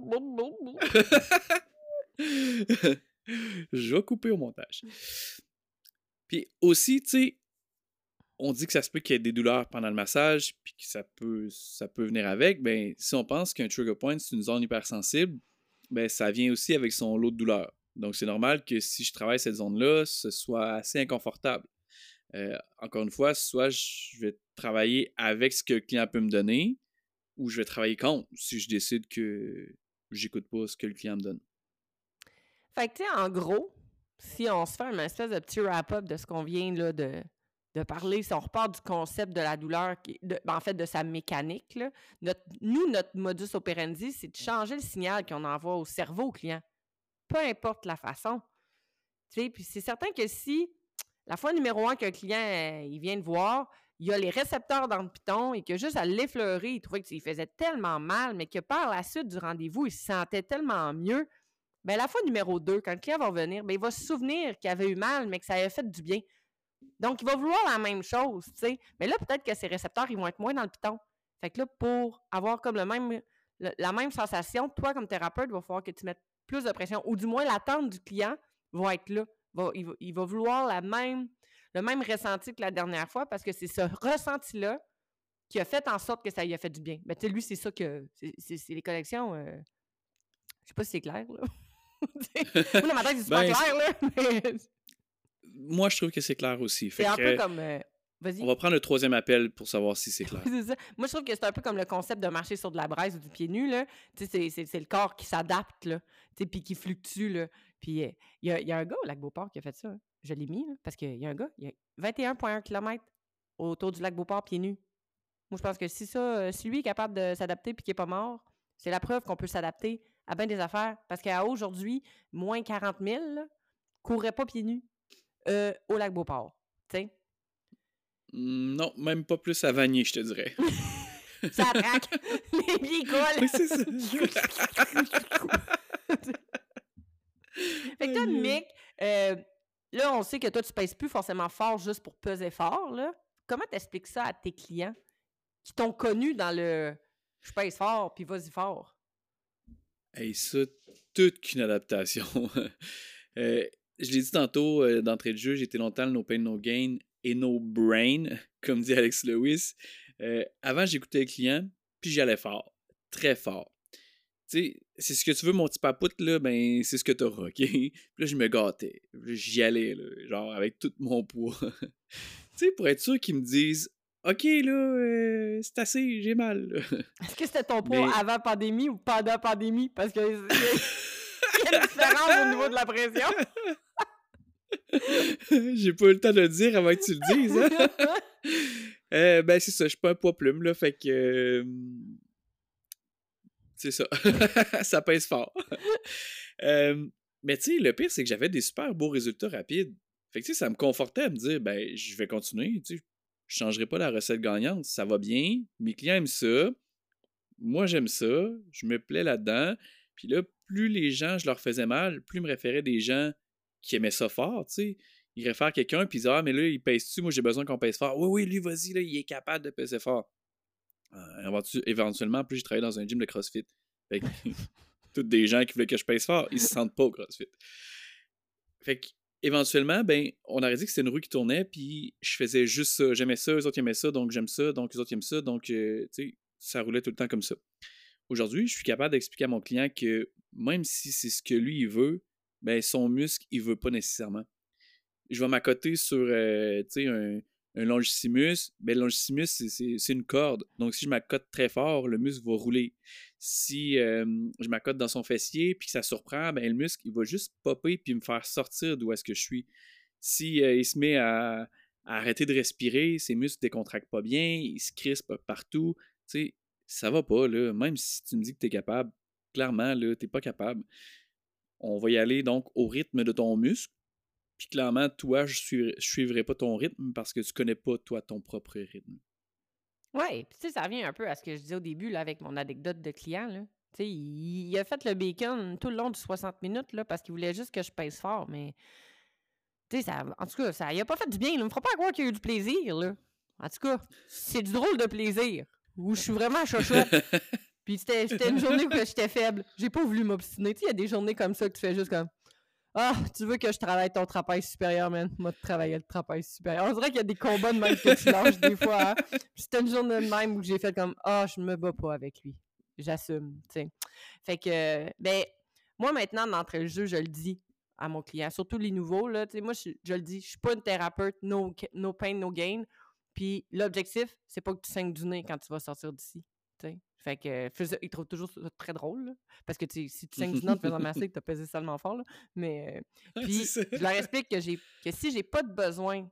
Je vais couper au montage. Puis aussi, tu sais, on dit que ça se peut qu'il y ait des douleurs pendant le massage, puis que ça peut venir avec. Ben, si on pense qu'un trigger point, c'est une zone hypersensible, ben, ça vient aussi avec son lot de douleurs. Donc, c'est normal que si je travaille cette zone-là, ce soit assez inconfortable. Encore une fois, soit je vais travailler avec ce que le client peut me donner, ou je vais travailler contre si je décide que j'écoute pas ce que le client me donne. Fait que, tu sais, en gros, si on se fait une espèce de petit wrap-up de ce qu'on vient là, de parler, si on repart du concept de la douleur, en fait, de sa mécanique, là, notre modus operandi, c'est de changer le signal qu'on envoie au cerveau au client. Peu importe la façon. Tu sais, puis c'est certain que si la fois numéro 1 qu'un client il vient de voir, il a les récepteurs dans le piton et que juste à l'effleurer, il trouvait qu'il faisait tellement mal, mais que par la suite du rendez-vous, il se sentait tellement mieux. Bien, la fois numéro 2, quand le client va revenir, bien, il va se souvenir qu'il avait eu mal, mais que ça avait fait du bien. Donc, il va vouloir la même chose, tu sais. Mais là, peut-être que ses récepteurs, ils vont être moins dans le piton. Fait que là, pour avoir comme la même sensation, toi, comme thérapeute, il va falloir que tu mettes plus de pression. Ou du moins, l'attente du client va être là. Il va vouloir le même ressenti que la dernière fois parce que c'est ce ressenti-là qui a fait en sorte que ça lui a fait du bien. Ben, tu sais, lui, c'est ça que... C'est les collections... Je sais pas si c'est clair, là. Moi, dans ma tête, c'est super Ben, clair, là. Mais moi, je trouve que c'est clair aussi. Fait c'est un peu que, comme... Vas-y. on va prendre le 3e appel pour savoir si c'est clair. C'est ça. Moi, je trouve que c'est un peu comme le concept de marcher sur de la braise ou du pied nu, là. Tu sais, c'est le corps qui s'adapte, là. Tu sais, puis qui fluctue, là. Puis il y a un gars au lac Beauport qui a fait ça. Hein. Je l'ai mis, là, parce qu'il y a un gars, il y a 21,1 km autour du lac Beauport pieds nus. Moi, je pense que si lui est capable de s'adapter puis qu'il n'est pas mort, c'est la preuve qu'on peut s'adapter à bien des affaires. Parce qu'à aujourd'hui, moins 40 000, là, courrait pas pieds nus au lac Beauport. Tu sais? Non, même pas plus à Vanier, je te dirais. Ça traque. Les pieds collent. Oui, c'est ça. Fait que toi, Mick, là, on sait que toi, tu pèses plus forcément fort juste pour peser fort, là. Comment t'expliques ça à tes clients qui t'ont connu dans le « je pèse fort, puis vas-y fort ». Hey, ça, toute qu'une adaptation. Je l'ai dit tantôt, d'entrée de jeu, j'ai été longtemps le No Pain, No Gain et No Brain, comme dit Alex Lewis. Avant, j'écoutais le client, puis j'allais fort. Très fort. Tu sais, c'est ce que tu veux, mon petit papoute, là, ben, c'est ce que t'auras, OK? Puis là, je me gâtais. Puis là, j'y allais, là, genre, avec tout mon poids. Tu sais, pour être sûr qu'ils me disent « OK, là, c'est assez, j'ai mal. » Est-ce que c'était ton poids Mais- avant pandémie ou pendant pandémie? Parce que il y a une différence au niveau de la pression. J'ai pas eu le temps de le dire avant que tu le dises, hein? Ben, c'est ça, je suis pas un poids plume, là, fait que... c'est ça. Ça pèse fort. Mais tu sais, le pire, c'est que j'avais des super beaux résultats rapides. Fait que tu sais, ça me confortait à me dire, ben, je vais continuer, tu sais. Je changerai pas la recette gagnante, ça va bien, mes clients aiment ça, moi j'aime ça, je me plais là-dedans. Puis là, plus les gens, je leur faisais mal, plus ils me référaient des gens qui aimaient ça fort, tu sais. Ils réfèrent quelqu'un, puis ils disent « Ah, mais là, il pèse-tu? Moi, j'ai besoin qu'on pèse fort. » « Oui, oui, lui, vas-y, là, il est capable de peser fort. » Éventuellement, plus j'ai travaillé dans un gym de CrossFit. Fait que, tous des gens qui voulaient que je pèse fort, ils se sentent pas au CrossFit. Fait que, éventuellement, ben, on aurait dit que c'était une roue qui tournait, puis je faisais juste ça. J'aimais ça, eux autres aimaient ça, donc j'aime ça, donc eux autres aiment ça, donc, tu sais, ça roulait tout le temps comme ça. Aujourd'hui, je suis capable d'expliquer à mon client que même si c'est ce que lui, il veut, ben, son muscle, il veut pas nécessairement. Je vais m'accoter sur, tu sais, un longissimus. Ben, le longissimus, c'est une corde. Donc, si je m'accote très fort, le muscle va rouler. Si je m'accote dans son fessier puis que ça surprend, ben, le muscle, il va juste popper puis me faire sortir d'où est-ce que je suis. Si il se met à arrêter de respirer, ses muscles ne décontractent pas bien, il se crispe partout. Tu sais, ça va pas, là. Même si tu me dis que tu es capable, clairement, là, tu n'es pas capable. On va y aller donc au rythme de ton muscle. Puis clairement, toi, je suivrai pas ton rythme parce que tu connais pas, toi, ton propre rythme. Oui, puis tu sais, ça revient un peu à ce que je disais au début là, avec mon anecdote de client. Là. Tu sais, il a fait le bacon tout le long de 60 minutes là, parce qu'il voulait juste que je pèse fort, mais tu sais, en tout cas, ça il a pas fait du bien. Il me fera pas croire qu'il y a eu du plaisir. Là. En tout cas, c'est du drôle de plaisir, où je suis vraiment chochotte. Puis c'était une journée où j'étais faible. J'ai pas voulu m'obstiner. Tu sais, il y a des journées comme ça que tu fais juste comme ah, tu veux que je travaille ton trapèze supérieur, man? Moi, de travailler le trapèze supérieur. On dirait qu'il y a des combats de même que tu lâches des fois. Hein? C'était une journée de même où j'ai fait comme ah, je me bats pas avec lui. J'assume, tu sais. Fait que, ben, moi, maintenant, d'entrée le jeu, je le dis à mon client, surtout les nouveaux, là, tu sais, moi, je le dis, je suis pas une thérapeute, no pain, no gain. Puis l'objectif, c'est pas que tu saignes du nez quand tu vas sortir d'ici, tu sais. Fait que il trouve toujours ça très drôle, là, parce que si tu saignes du nez en te faisant masser, que tu as pesé salement fort. Là, mais puis je leur explique que si j'ai pas de besoin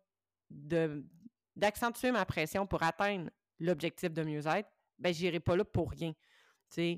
d'accentuer ma pression pour atteindre l'objectif de mieux-être, ben j'irai pas là pour rien. Puis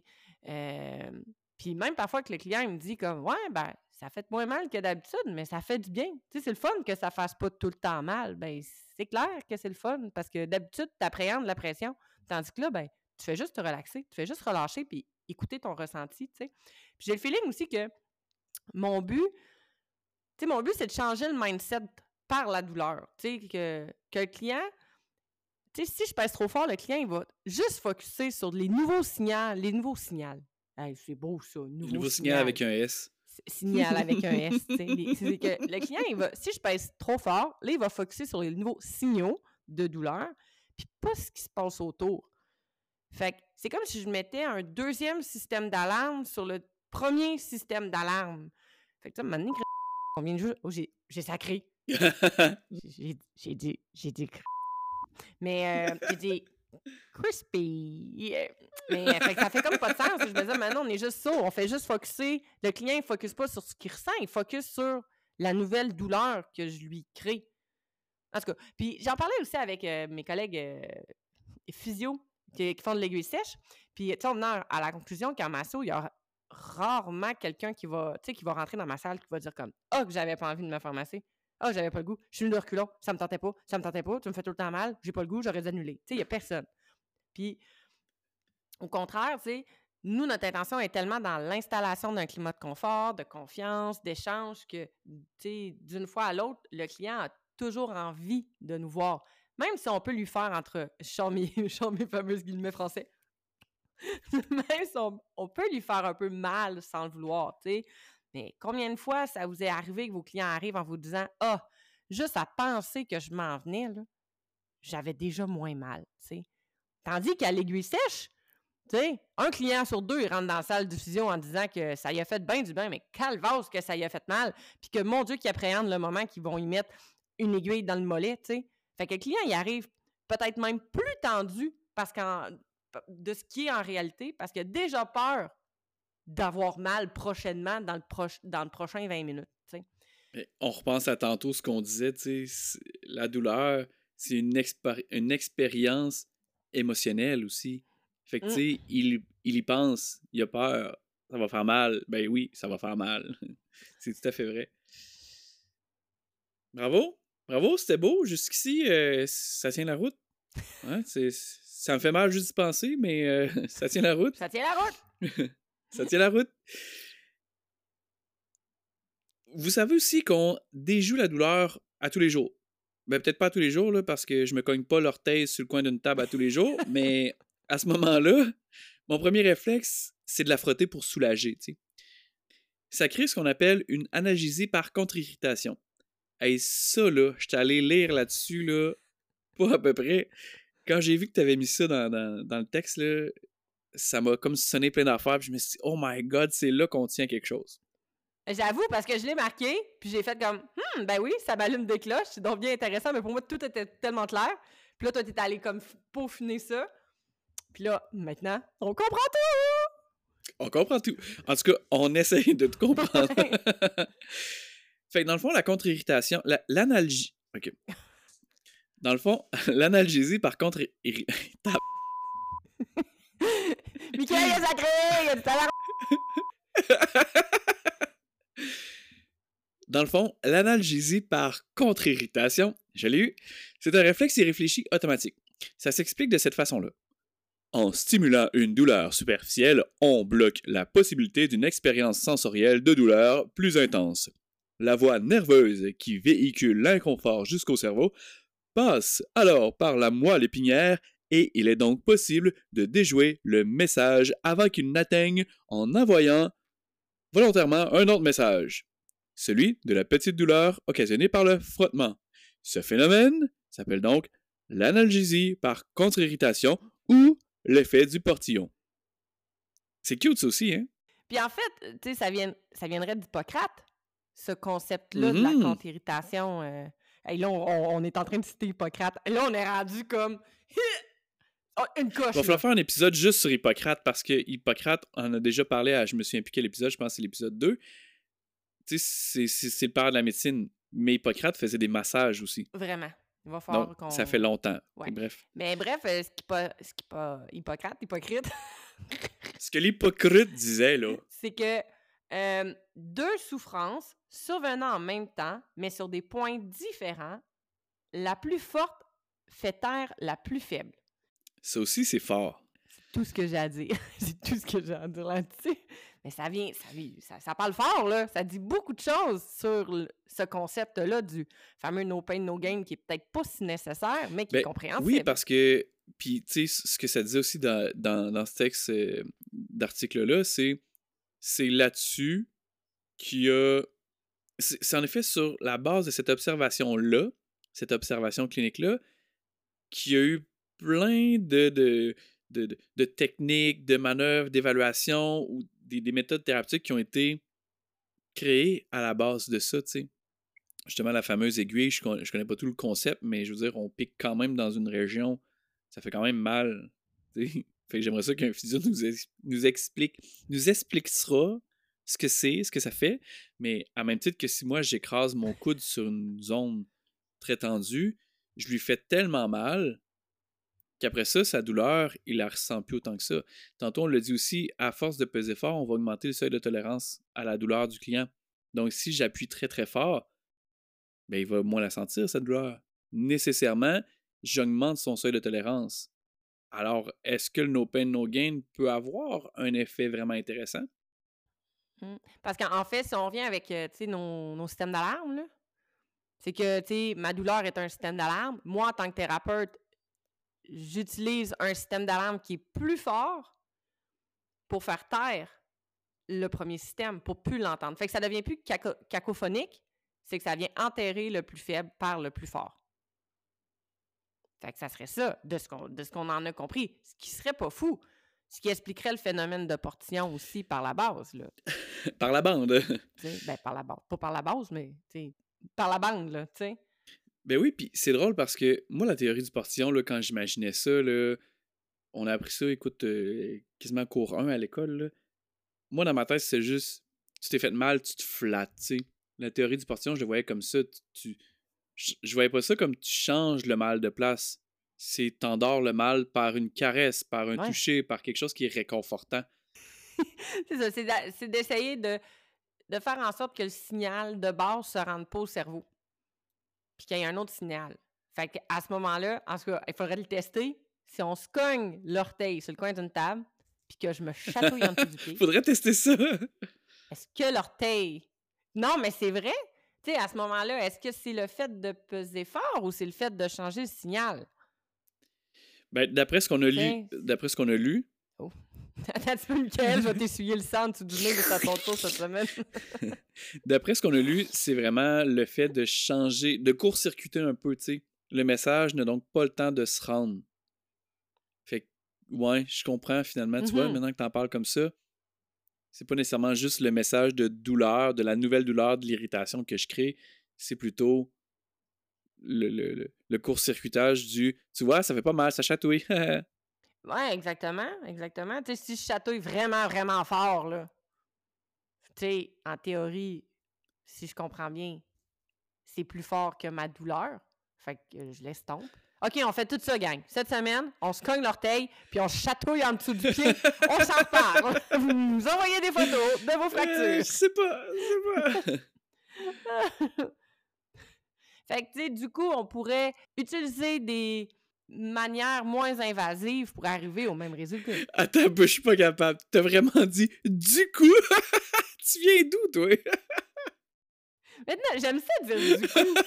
même parfois que le client il me dit comme ouais, ben ça fait moins mal que d'habitude, mais ça fait du bien. C'est le fun que ça fasse pas tout le temps mal. Ben c'est clair que c'est le fun parce que d'habitude, tu appréhendes la pression. Tandis que là, ben tu fais juste te relaxer, tu fais juste relâcher puis écouter ton ressenti, tu sais. Puis j'ai le feeling aussi que mon but, c'est de changer le mindset par la douleur. Tu sais, que le client, tu sais, si je pèse trop fort, le client, il va juste focusser sur les nouveaux signaux. Hey, c'est beau, ça. Nouveau signal avec un S. Signal avec un S, tu sais. C'est que le client, si je pèse trop fort, là, il va focusser sur les nouveaux signaux de douleur. puis pas ce qui se passe autour. Fait que c'est comme si je mettais un deuxième système d'alarme sur le premier système d'alarme. Fait que tu sais, à un moment donné, on vient de juste... Oh, j'ai sacré. J'ai dit... Mais j'ai dit... Crispy. Mais fait que ça fait comme pas de sens. Je me disais, maintenant, on est juste ça. On fait juste focusser. Le client, il ne focus pas sur ce qu'il ressent. Il focus sur la nouvelle douleur que je lui crée. En tout cas, puis j'en parlais aussi avec mes collègues physio qui font de l'aiguille sèche. Puis, tu sais, on venait à la conclusion qu'en masso, il y a rarement quelqu'un qui va rentrer dans ma salle qui va dire comme « Ah, que j'avais pas envie de me faire masser. Ah, j'avais pas le goût. Je suis venu de reculons. Ça me tentait pas. Tu me fais tout le temps mal. J'ai pas le goût. J'aurais dû annuler. » Tu sais, il y a personne. Puis, au contraire, tu sais, nous, notre intention est tellement dans l'installation d'un climat de confort, de confiance, d'échange que, tu sais, d'une fois à l'autre, le client a toujours envie de nous voir. Même si on peut lui faire entre je sors mes fameuses guillemets français, même si on peut lui faire un peu mal sans le vouloir, tu sais. Mais combien de fois ça vous est arrivé que vos clients arrivent en vous disant « Ah, juste à penser que je m'en venais, là, j'avais déjà moins mal, tu sais. » Tandis qu'à l'aiguille sèche, tu sais, un client sur deux, il rentre dans la salle de fusion en disant que ça y a fait bien du bien, mais calvasse que ça y a fait mal, puis que mon Dieu, qu'il appréhende le moment qu'ils vont y mettre une aiguille dans le mollet, tu sais. Fait que le client, il arrive peut-être même plus tendu de ce qui est en réalité, parce qu'il a déjà peur d'avoir mal prochainement dans le prochain 20 minutes, tu sais. Mais on repense à tantôt ce qu'on disait, tu sais, la douleur, c'est une expérience émotionnelle aussi. Fait que, tu sais, il y pense, il a peur, ça va faire mal. Ben oui, ça va faire mal. C'est tout à fait vrai. Bravo! Bravo, c'était beau. Jusqu'ici, ça tient la route. Hein? Ça me fait mal juste d'y penser, mais ça tient la route. Ça tient la route! Ça tient la route. Vous savez aussi qu'on déjoue la douleur à tous les jours. Ben, peut-être pas à tous les jours, là, parce que je me cogne pas l'orteil sur le coin d'une table à tous les jours, mais à ce moment-là, mon premier réflexe, c'est de la frotter pour soulager, tu sais. Ça crée ce qu'on appelle une analgésie par contre-irritation. Et ça, là, je suis allé lire là-dessus, là, pas à peu près. Quand j'ai vu que tu avais mis ça dans le texte, là, ça m'a comme sonné plein d'affaires, puis je me suis dit, oh my god, c'est là qu'on tient quelque chose. J'avoue, parce que je l'ai marqué, puis j'ai fait comme ben oui, ça m'allume des cloches, c'est donc bien intéressant, mais pour moi, tout était tellement clair. Puis là, toi, t'es allé comme peaufiner ça. Puis là, maintenant, on comprend tout! On comprend tout. En tout cas, on essaye de te comprendre. Fait que dans le fond, la contre-irritation, l'analgie. OK. Dans le fond, l'analgésie par contre. Michael, il a sacré! Il a du talent! Dans le fond, l'analgésie par contre-irritation, je l'ai eu, c'est un réflexe irréfléchi automatique. Ça s'explique de cette façon-là. En stimulant une douleur superficielle, on bloque la possibilité d'une expérience sensorielle de douleur plus intense. La voie nerveuse qui véhicule l'inconfort jusqu'au cerveau passe alors par la moelle épinière et il est donc possible de déjouer le message avant qu'il n'atteigne en envoyant volontairement un autre message, celui de la petite douleur occasionnée par le frottement. Ce phénomène s'appelle donc l'analgésie par contre-irritation ou l'effet du portillon. C'est cute ça aussi, hein? Puis en fait, tu sais, ça viendrait d'Hippocrate, ce concept-là de la contre-irritation. Et là, on est en train de citer Hippocrate. Et là, on est rendu comme une coche. Il va falloir faire un épisode juste sur Hippocrate parce que Hippocrate, on a déjà parlé à, je me souviens plus quel épisode, je pense que c'est l'épisode 2. Tu sais, c'est le père de la médecine. Mais Hippocrate faisait des massages aussi. Vraiment. Il va falloir donc, qu'on... ça fait longtemps. Ouais. Bref. Mais bref, Hippocrate. Ce que l'Hippocrate disait, là. C'est que deux souffrances survenant en même temps, mais sur des points différents, la plus forte fait taire la plus faible. Ça aussi, c'est fort. C'est tout ce que j'ai à dire. C'est tout ce que j'ai à dire là-dessus. Mais ça parle fort, là. Ça dit beaucoup de choses sur ce concept-là du fameux no pain, no gain qui est peut-être pas si nécessaire, mais qui est compréhensible. Oui, parce que, puis, tu sais, ce que ça disait aussi dans ce texte d'article-là, c'est là-dessus qu'il y a... C'est en effet sur la base de cette observation-là, cette observation clinique-là, qu'il y a eu plein de techniques, de manœuvres, d'évaluation ou des méthodes thérapeutiques qui ont été créées à la base de ça, tu sais. Justement, la fameuse aiguille, je connais pas tout le concept, mais je veux dire, on pique quand même dans une région, ça fait quand même mal, tu sais. Fait que j'aimerais ça qu'un physio nous expliquera ce que c'est, ce que ça fait, mais à même titre que si moi j'écrase mon coude sur une zone très tendue, je lui fais tellement mal qu'après ça, sa douleur, il la ressent plus autant que ça. Tantôt, on l'a dit aussi, à force de peser fort, on va augmenter le seuil de tolérance à la douleur du client. Donc, si j'appuie très très fort, ben, il va moins la sentir, cette douleur. Nécessairement, j'augmente son seuil de tolérance. Alors, est-ce que le no pain, no gain peut avoir un effet vraiment intéressant? Parce qu'en fait, si on revient avec nos systèmes d'alarme, là, c'est que ma douleur est un système d'alarme. Moi, en tant que thérapeute, j'utilise un système d'alarme qui est plus fort pour faire taire le premier système, pour plus l'entendre. Fait que ça devient plus cacophonique, c'est que ça vient enterrer le plus faible par le plus fort. Fait que ça serait ça, de ce qu'on en a compris. Ce qui serait pas fou. Ce qui expliquerait le phénomène de portillon aussi par la base, là. Par la bande. Par la base. Pas par la base, mais par la bande, là, tu sais. Ben oui, puis c'est drôle parce que moi, la théorie du portillon, là, quand j'imaginais ça, là, on a appris ça, écoute, quasiment cours 1 à l'école, là. Moi, dans ma tête, c'est juste, tu t'es fait mal, tu te flattes, tu sais. La théorie du portillon, je le voyais comme ça. Je voyais pas ça comme tu changes le mal de place. C'est t'endors le mal par une caresse, par un toucher, par quelque chose qui est réconfortant. C'est ça, c'est d'essayer de faire en sorte que le signal de base se rende pas au cerveau. Puis qu'il y ait un autre signal. Fait qu'à ce moment-là, en tout cas, il faudrait le tester. Si on se cogne l'orteil sur le coin d'une table, puis que je me chatouille en dessous du pied. Faudrait tester ça. Est-ce que l'orteil... Non, mais c'est vrai. Tu sais, à ce moment-là, est-ce que c'est le fait de peser fort ou c'est le fait de changer le signal? Ben, d'après ce qu'on a lu... Oh. Attends un petit peu, Michael, je vais t'essuyer le sang en dessous du nez de ta tour cette semaine. D'après ce qu'on a lu, c'est vraiment le fait de changer, de court-circuiter un peu, tu sais. Le message n'a donc pas le temps de se rendre. Fait que, ouais, je comprends finalement. Tu vois, maintenant que t'en parles comme ça, c'est pas nécessairement juste le message de douleur, de la nouvelle douleur, de l'irritation que je crée. C'est plutôt le court-circuitage du « Tu vois, ça fait pas mal, ça chatouille. » Ouais, exactement, exactement. Tu sais, si je chatouille vraiment, vraiment fort, là, tu sais, en théorie, si je comprends bien, c'est plus fort que ma douleur. Fait que je l'estompe. OK, on fait tout ça, gang. Cette semaine, on se cogne l'orteil, puis on chatouille en dessous du pied. On s'en reparle. Vous nous envoyez des photos de vos fractures. Je sais pas. Fait que, tu sais, du coup, on pourrait utiliser des manières moins invasives pour arriver au même résultat. Attends, je suis pas capable. T'as vraiment dit « Du coup? » Tu viens d'où, toi? Maintenant, j'aime ça dire du coup.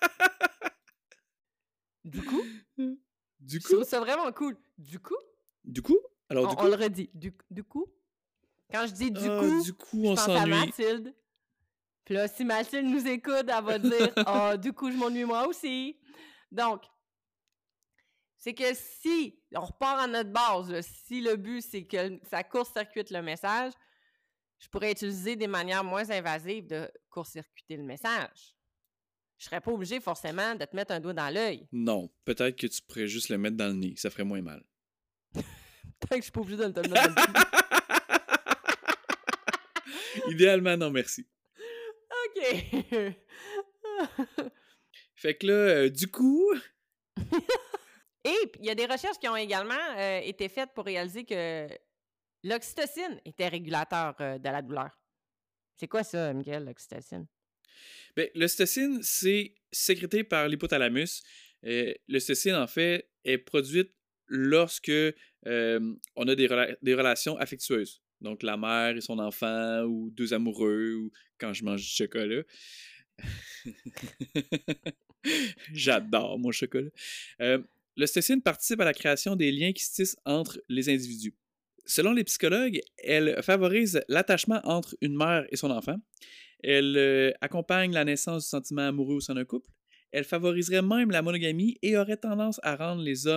Du coup? Du coup? Je trouve ça vraiment cool. Du coup? Du coup? Alors, On le redit. Du coup? Quand je dis du coup, on je pense à s'ennuie. Mathilde. Puis là, si Mathilde nous écoute, elle va dire « Ah, du coup, je m'ennuie moi aussi. » Donc, c'est que si on repart à notre base, là, si le but, c'est que ça court-circuite le message, je pourrais utiliser des manières moins invasives de court-circuiter le message. Je serais pas obligé forcément de te mettre un doigt dans l'œil. Non, peut-être que tu pourrais juste le mettre dans le nez, ça ferait moins mal. Tant que je suis pas obligé de te le mettre dans le nez. Idéalement, non, merci. OK. Fait que là, du coup... Et il y a des recherches qui ont également été faites pour réaliser que l'oxytocine était régulateur de la douleur. C'est quoi ça, Miguel, l'oxytocine? Bien, l'ocytocine, c'est sécrété par l'hypothalamus. L'ocytocine, en fait, est produite lorsque on a des relations affectueuses. Donc, la mère et son enfant, ou deux amoureux, ou quand je mange du chocolat. J'adore mon chocolat. L'ocytocine participe à la création des liens qui se tissent entre les individus. Selon les psychologues, elle favorise l'attachement entre une mère et son enfant. Elle accompagne la naissance du sentiment amoureux au sein d'un couple. Elle favoriserait même la monogamie et aurait tendance à rendre les hommes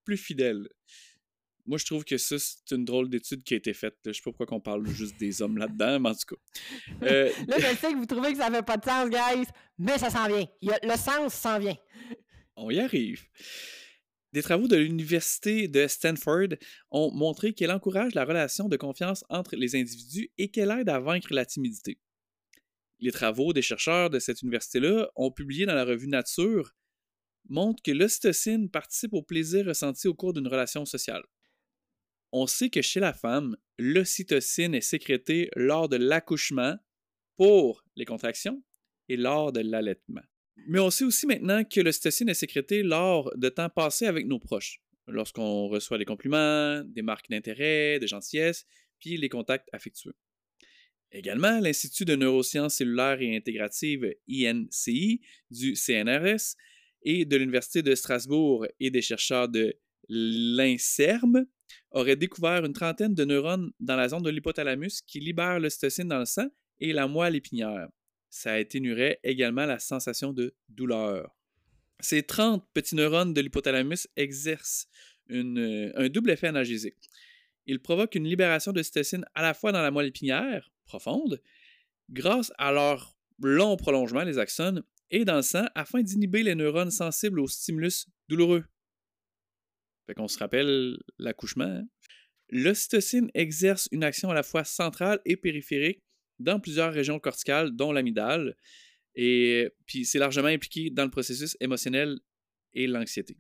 plus fidèles. Moi, je trouve que ça, c'est une drôle d'étude qui a été faite. Je sais pas pourquoi on parle juste des hommes là-dedans, mais en tout cas. Là, je sais que vous trouvez que ça fait pas de sens, guys, mais ça s'en vient. Le sens s'en vient. On y arrive. Des travaux de l'Université de Stanford ont montré qu'elle encourage la relation de confiance entre les individus et qu'elle aide à vaincre la timidité. Les travaux des chercheurs de cette université-là ont publié dans la revue Nature montrent que l'ocytocine participe au plaisir ressenti au cours d'une relation sociale. On sait que chez la femme, l'ocytocine est sécrétée lors de l'accouchement pour les contractions et lors de l'allaitement. Mais on sait aussi maintenant que l'ocytocine est sécrétée lors de temps passés avec nos proches, lorsqu'on reçoit des compliments, des marques d'intérêt, de gentillesse, puis les contacts affectueux. Également, l'Institut de neurosciences cellulaires et intégratives INCI du CNRS et de l'Université de Strasbourg et des chercheurs de l'INSERM auraient découvert une trentaine de neurones dans la zone de l'hypothalamus qui libèrent l'ocytocine dans le sang et la moelle épinière. Ça atténuerait également la sensation de douleur. Ces 30 petits neurones de l'hypothalamus exercent un double effet analgésique. Ils provoquent une libération d'ocytocine à la fois dans la moelle épinière, profonde, grâce à leur long prolongement, les axones, et dans le sang, afin d'inhiber les neurones sensibles aux stimulus douloureux. Fait qu'on se rappelle l'accouchement. Hein? L'ocytocine exerce une action à la fois centrale et périphérique dans plusieurs régions corticales, dont l'amygdale, et puis c'est largement impliqué dans le processus émotionnel et l'anxiété.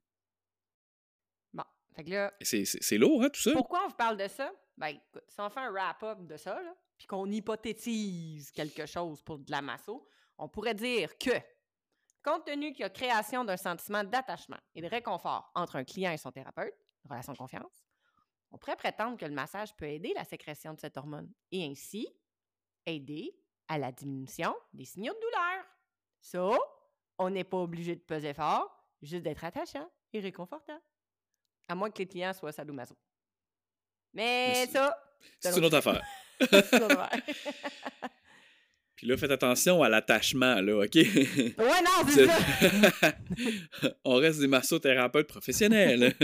Bon, fait que là... C'est lourd, hein, tout ça? Pourquoi on vous parle de ça? Ben, écoute, si on fait un wrap-up de ça, là, puis qu'on hypothétise quelque chose pour de la masso, on pourrait dire que, compte tenu qu'il y a création d'un sentiment d'attachement et de réconfort entre un client et son thérapeute, une relation de confiance, on pourrait prétendre que le massage peut aider la sécrétion de cette hormone et ainsi aider à la diminution des signaux de douleur. Ça, on n'est pas obligé de peser fort, juste d'être attachant et réconfortant. À moins que les clients soient sadomaso. Mais ça, c'est une autre affaire. c'est une autre affaire. Puis là, faites attention à l'attachement, là, OK? Ouais, non, c'est ça! On reste des massothérapeutes professionnels.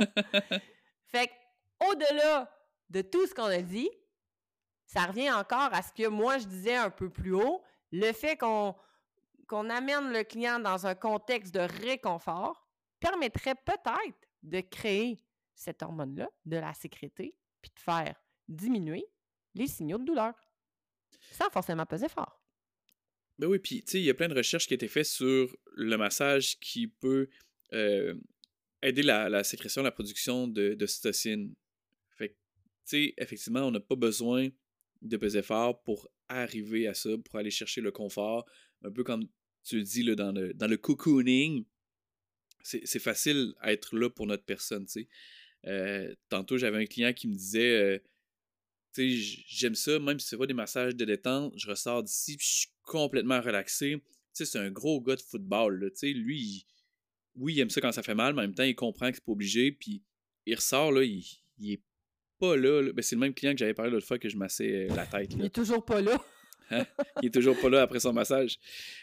Fait qu'au-delà de tout ce qu'on a dit, ça revient encore à ce que moi, je disais un peu plus haut, le fait qu'on amène le client dans un contexte de réconfort permettrait peut-être de créer cette hormone-là, de la sécréter, puis de faire diminuer les signaux de douleur, sans forcément peser fort. Ben oui, puis tu sais, il y a plein de recherches qui ont été faites sur le massage qui peut aider la sécrétion, la production d'ocytocine. Fait que, tu sais, effectivement, on n'a pas besoin de peser fort pour arriver à ça, pour aller chercher le confort. Un peu comme tu le dis là, dans le cocooning, c'est facile à être là pour notre personne, tu sais. Tantôt, j'avais un client qui me disait, tu sais, j'aime ça, même si c'est pas des massages de détente, je ressors d'ici puis je suis complètement relaxé. Tu sais, c'est un gros gars de football, là, tu sais, lui, oui, il aime ça quand ça fait mal, mais en même temps, il comprend que c'est pas obligé, puis il ressort, là, il est pas là. Ben, c'est le même client que j'avais parlé l'autre fois que je massais la tête. Là. Il est toujours pas là. Hein? Il est toujours pas là après son massage.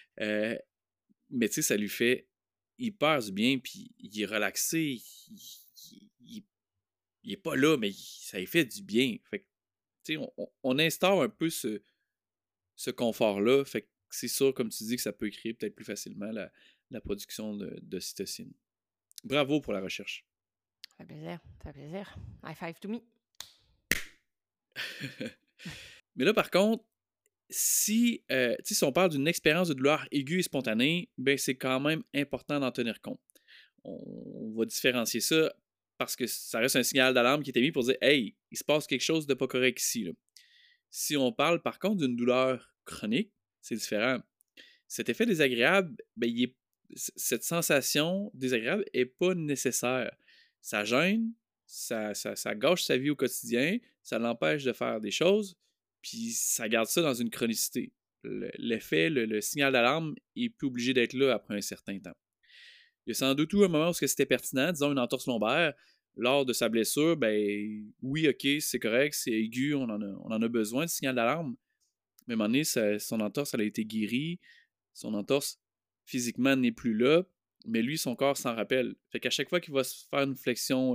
Mais tu sais, ça lui fait hyper du bien, puis il est relaxé, il est pas là, mais ça lui fait du bien. Fait que, tu sais, on instaure un peu ce confort-là, fait que c'est sûr, comme tu dis, que ça peut créer peut-être plus facilement la production d'ocytocine. Bravo pour la recherche. Ça fait plaisir, ça fait plaisir. High five to me. Mais là, par contre, si on parle d'une expérience de douleur aiguë et spontanée, ben c'est quand même important d'en tenir compte. On va différencier ça parce que ça reste un signal d'alarme qui est émis pour dire « Hey, il se passe quelque chose de pas correct ici. » Si on parle par contre d'une douleur chronique, c'est différent. Cet effet désagréable, ben, cette sensation désagréable n'est pas nécessaire. Ça gêne, ça gâche sa vie au quotidien, ça l'empêche de faire des choses, puis ça garde ça dans une chronicité. L'effet, le signal d'alarme est plus obligé d'être là après un certain temps. Il y a sans doute eu un moment où c'était pertinent, disons une entorse lombaire, lors de sa blessure, ben oui, ok, c'est correct, c'est aigu, on en a besoin de signal d'alarme, mais à un moment donné, son entorse, elle a été guérie, son entorse physiquement n'est plus là, mais lui, son corps s'en rappelle. Fait qu'à chaque fois qu'il va se faire une flexion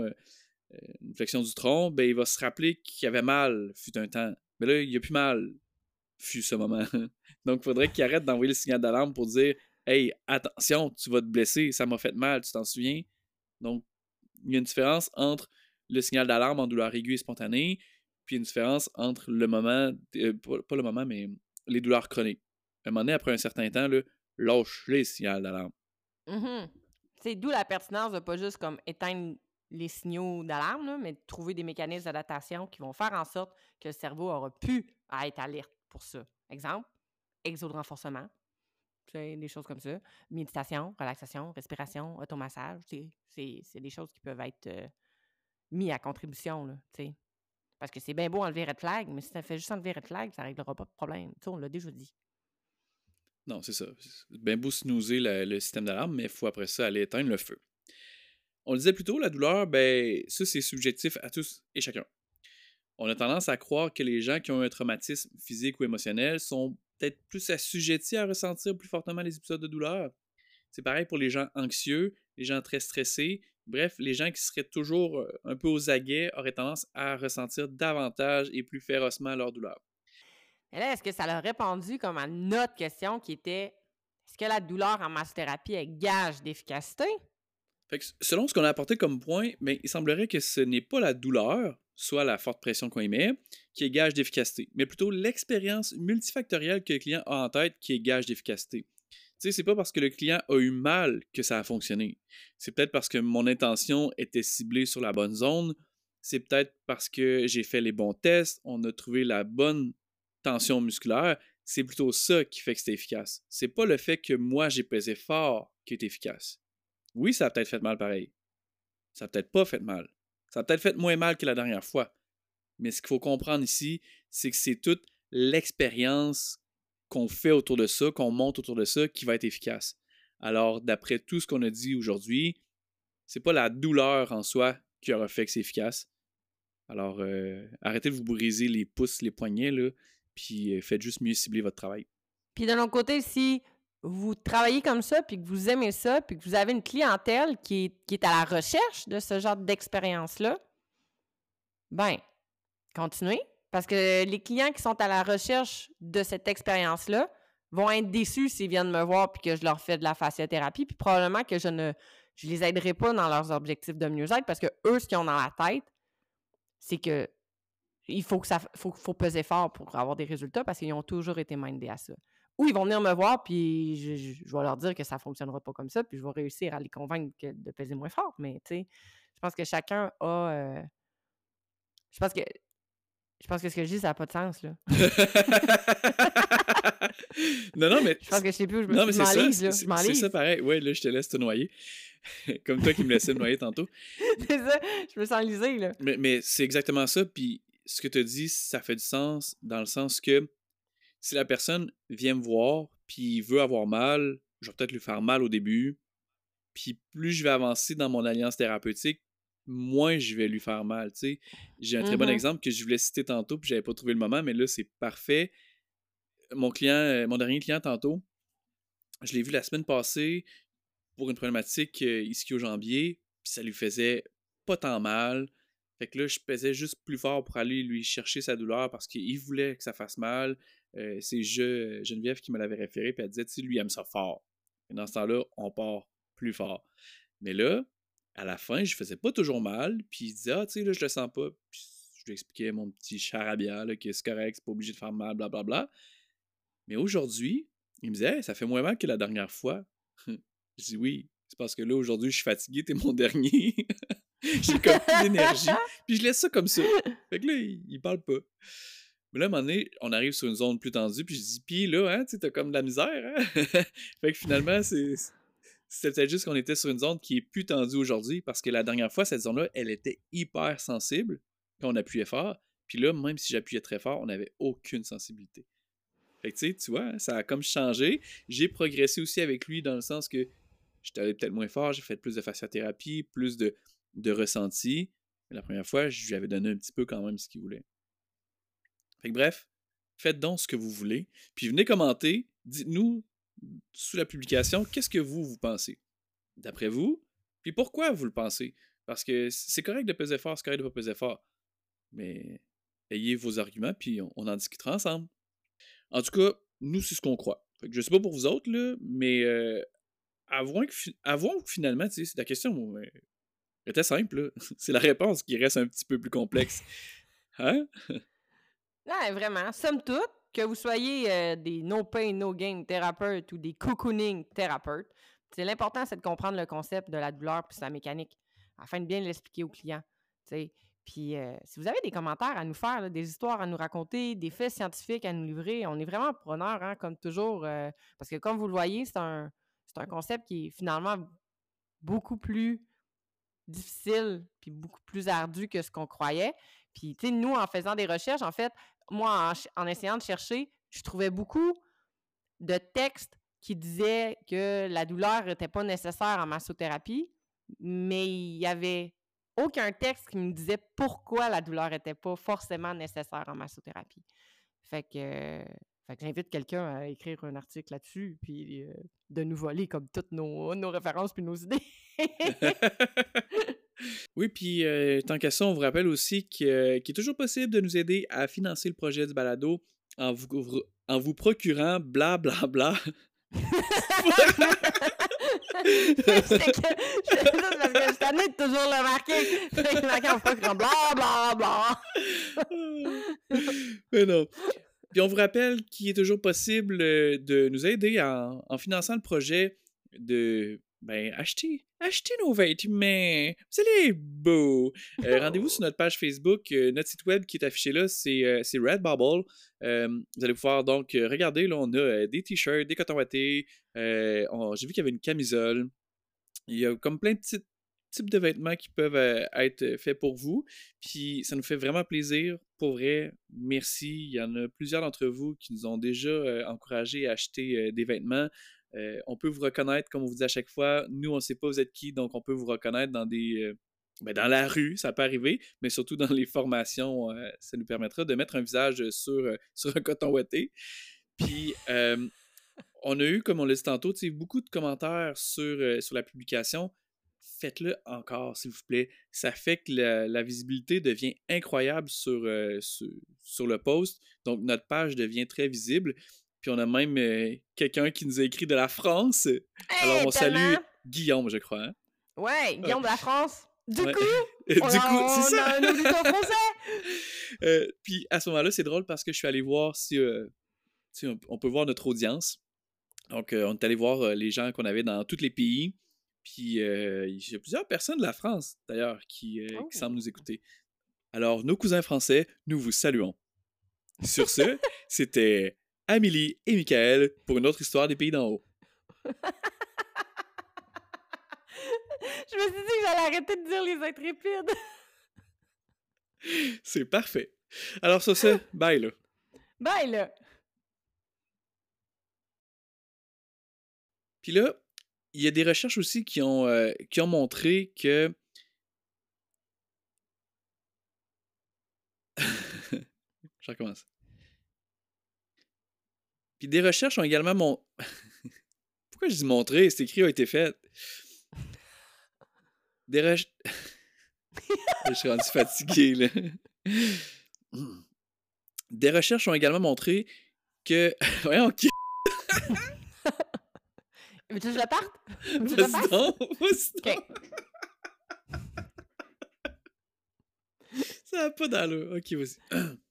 du tronc, ben, il va se rappeler qu'il avait mal, fut un temps. Mais là, il n'y a plus mal, fut ce moment. Donc, il faudrait qu'il arrête d'envoyer le signal d'alarme pour dire hey, attention, tu vas te blesser, ça m'a fait mal, tu t'en souviens? Donc, il y a une différence entre le signal d'alarme en douleur aiguë et spontanée, puis une différence entre le moment, pas le moment, mais les douleurs chroniques. À un moment donné, après un certain temps, là, lâche les signaux d'alarme. Mhm. C'est d'où la pertinence de pas juste comme éteindre les signaux d'alarme, là, mais de trouver des mécanismes d'adaptation qui vont faire en sorte que le cerveau aura pu être alerte pour ça. Exemple, exo de renforcement, des choses comme ça. Méditation, relaxation, respiration, automassage. C'est des choses qui peuvent être mis à contribution. Là, parce que c'est bien beau enlever red flag, mais si ça fait juste enlever red flag, ça ne réglera pas de problème. On l'a déjà dit. Non, c'est ça. C'est bien beau snoozer le système d'alarme, mais il faut après ça aller éteindre le feu. On le disait plus tôt, la douleur, ben, ça, c'est subjectif à tous et chacun. On a tendance à croire que les gens qui ont un traumatisme physique ou émotionnel sont peut-être plus assujettis à ressentir plus fortement les épisodes de douleur. C'est pareil pour les gens anxieux, les gens très stressés. Bref, les gens qui seraient toujours un peu aux aguets auraient tendance à ressentir davantage et plus férocement leur douleur. Et là, est-ce que ça leur a répondu comme à notre question qui était est-ce que la douleur en massothérapie est gage d'efficacité? Fait que selon ce qu'on a apporté comme point, ben, il semblerait que ce n'est pas la douleur, soit la forte pression qu'on y met, qui est gage d'efficacité, mais plutôt l'expérience multifactorielle que le client a en tête qui est gage d'efficacité. Tu sais, c'est pas parce que le client a eu mal que ça a fonctionné. C'est peut-être parce que mon intention était ciblée sur la bonne zone. C'est peut-être parce que j'ai fait les bons tests, on a trouvé la bonne tension musculaire. C'est plutôt ça qui fait que c'est efficace. C'est pas le fait que moi j'ai pesé fort qui est efficace. Oui, ça a peut-être fait mal pareil. Ça a peut-être pas fait mal. Ça a peut-être fait moins mal que la dernière fois. Mais ce qu'il faut comprendre ici, c'est que c'est toute l'expérience qu'on fait autour de ça, qu'on monte autour de ça, qui va être efficace. Alors, d'après tout ce qu'on a dit aujourd'hui, c'est pas la douleur en soi qui aura fait que c'est efficace. Alors, arrêtez de vous briser les pouces, les poignets, là, puis faites juste mieux cibler votre travail. Puis de l'autre côté, si vous travaillez comme ça, puis que vous aimez ça, puis que vous avez une clientèle qui est à la recherche de ce genre d'expérience-là, ben, continuez. Parce que les clients qui sont à la recherche de cette expérience-là vont être déçus s'ils viennent me voir puis que je leur fais de la fasciathérapie. Puis probablement que je les aiderai pas dans leurs objectifs de mieux-être parce que eux, ce qu'ils ont dans la tête, c'est que il faut peser fort pour avoir des résultats parce qu'ils ont toujours été mindés à ça. Ou ils vont venir me voir, puis je vais leur dire que ça ne fonctionnera pas comme ça, puis je vais réussir à les convaincre de peser moins fort. Mais, tu sais, je pense que chacun a... je pense que ce que je dis, ça n'a pas de sens, là. non, mais... Je pense que je sais plus, non, mais je m'enlise, là. Je c'est m'enlise. ça pareil. Ouais, là, je te laisse te noyer. Comme toi qui me laissais me noyer tantôt. C'est ça, je me sens enlisée, là. Mais c'est exactement ça. Puis ce que tu as dit, ça fait du sens dans le sens que si la personne vient me voir puis veut avoir mal, je vais peut-être lui faire mal au début. Puis plus je vais avancer dans mon alliance thérapeutique, moins je vais lui faire mal. Tu sais. J'ai un très bon exemple que je voulais citer tantôt, puis j'avais pas trouvé le moment, mais là, c'est parfait. Mon dernier client tantôt, je l'ai vu la semaine passée pour une problématique ischio-jambier, puis ça lui faisait pas tant mal. Fait que là, je pesais juste plus fort pour aller lui chercher sa douleur parce qu'il voulait que ça fasse mal. C'est Geneviève qui me l'avait référé, puis elle disait, tu sais, lui, il aime ça fort. Et dans ce temps-là, on part plus fort. Mais là, à la fin, je faisais pas toujours mal, puis il disait, ah, tu sais, là, je le sens pas. Puis je lui expliquais mon petit charabia, là, que c'est correct, c'est pas obligé de faire mal, blablabla. Mais aujourd'hui, il me disait, hey, ça fait moins mal que la dernière fois. Je dis oui, c'est parce que là, aujourd'hui, je suis fatigué, t'es mon dernier. J'ai comme plus d'énergie. Puis je laisse ça comme ça. Fait que là, il parle pas. Mais là, à un moment donné, on arrive sur une zone plus tendue, puis je dis, pis là, hein, tu t'as comme de la misère, hein? Fait que finalement, c'était peut-être juste qu'on était sur une zone qui est plus tendue aujourd'hui, parce que la dernière fois, cette zone-là, elle était hyper sensible quand on appuyait fort. Puis là, même si j'appuyais très fort, on n'avait aucune sensibilité. Fait que tu vois, hein, ça a comme changé. J'ai progressé aussi avec lui dans le sens que j'étais allé peut-être moins fort, j'ai fait plus de fasciathérapie, plus de ressenti. Mais la première fois, je lui avais donné un petit peu quand même ce qu'il voulait. Fait que bref, faites donc ce que vous voulez. Puis venez commenter, dites-nous sous la publication, qu'est-ce que vous pensez. d'après vous? Puis pourquoi vous le pensez? Parce que c'est correct de peser fort, c'est correct de pas peser fort. Mais ayez vos arguments, puis on en discutera ensemble. En tout cas, nous, c'est ce qu'on croit. Fait que je sais pas pour vous autres, là, mais avouons que finalement, tu sais, c'est la question était simple, là. C'est la réponse qui reste un petit peu plus complexe. Hein? Ouais, vraiment. Somme toute, que vous soyez des no pain, no gain thérapeutes ou des cocooning thérapeutes, l'important, c'est de comprendre le concept de la douleur puis sa mécanique afin de bien l'expliquer aux clients. T'sais. Puis, si vous avez des commentaires à nous faire, là, des histoires à nous raconter, des faits scientifiques à nous livrer, on est vraiment preneurs, hein, comme toujours, parce que comme vous le voyez, c'est un concept qui est finalement beaucoup plus difficile puis beaucoup plus ardu que ce qu'on croyait. Puis, tu sais, nous, en faisant des recherches, en fait, moi, en essayant de chercher, je trouvais beaucoup de textes qui disaient que la douleur n'était pas nécessaire en massothérapie, mais il n'y avait aucun texte qui me disait pourquoi la douleur n'était pas forcément nécessaire en massothérapie. Fait que j'invite quelqu'un à écrire un article là-dessus, puis de nous voler comme toutes nos références puis nos idées. Oui, puis tant qu'à ça, on vous rappelle aussi qu'il est toujours possible de nous aider à financer le projet du balado en vous procurant blablabla. C'est que parce que je t'en ai toujours le marqué. C'est marqué en procurant blablabla. Mais non. Puis on vous rappelle qu'il est toujours possible de nous aider en finançant le projet de acheter nos vêtements. Vous allez être beaux. Rendez-vous sur notre page Facebook. Notre site web qui est affiché là, c'est Redbubble. Vous allez pouvoir donc regarder. Là, on a des t-shirts, des cotons wattés. J'ai vu qu'il y avait une camisole. Il y a comme plein de petits types de vêtements qui peuvent être faits pour vous. Puis ça nous fait vraiment plaisir. Pour vrai, merci. Il y en a plusieurs d'entre vous qui nous ont déjà encouragés à acheter des vêtements. On peut vous reconnaître, comme on vous dit à chaque fois. Nous, on ne sait pas vous êtes qui, donc on peut vous reconnaître dans dans la rue, ça peut arriver, mais surtout dans les formations, ça nous permettra de mettre un visage sur un coton ouaté. Puis, on a eu, comme on l'a dit tantôt, beaucoup de commentaires sur la publication. Faites-le encore, s'il vous plaît. Ça fait que la visibilité devient incroyable sur le post. Donc, notre page devient très visible. Puis, on a même quelqu'un qui nous a écrit de la France. Hey, alors, on tellement. salue Guillaume, je crois. Hein? Ouais, Guillaume de la France. Du coup, c'est ça. On a un auditeur français. Puis, à ce moment-là, c'est drôle parce que je suis allé voir si on peut voir notre audience. Donc, on est allé voir les gens qu'on avait dans tous les pays. Puis, il y a plusieurs personnes de la France, d'ailleurs, qui semblent nous écouter. Alors, nos cousins français, nous vous saluons. Sur ce, c'était Amélie et Michael pour une autre histoire des pays d'en haut. Je me suis dit que j'allais arrêter de dire les intrépides. C'est parfait. Alors, sur ce, bye là. Bye là. Puis là, il y a des recherches aussi qui ont montré que je recommence. Puis des recherches ont également Pourquoi je dis montrer? C'est écrit a été fait. Je suis rendu fatigué, là. Des recherches ont également montré que... Voyons, ok. Veux-tu que je la parte? Vas-y donc. OK. Ça n'a pas d'allure. Ok, vas-y.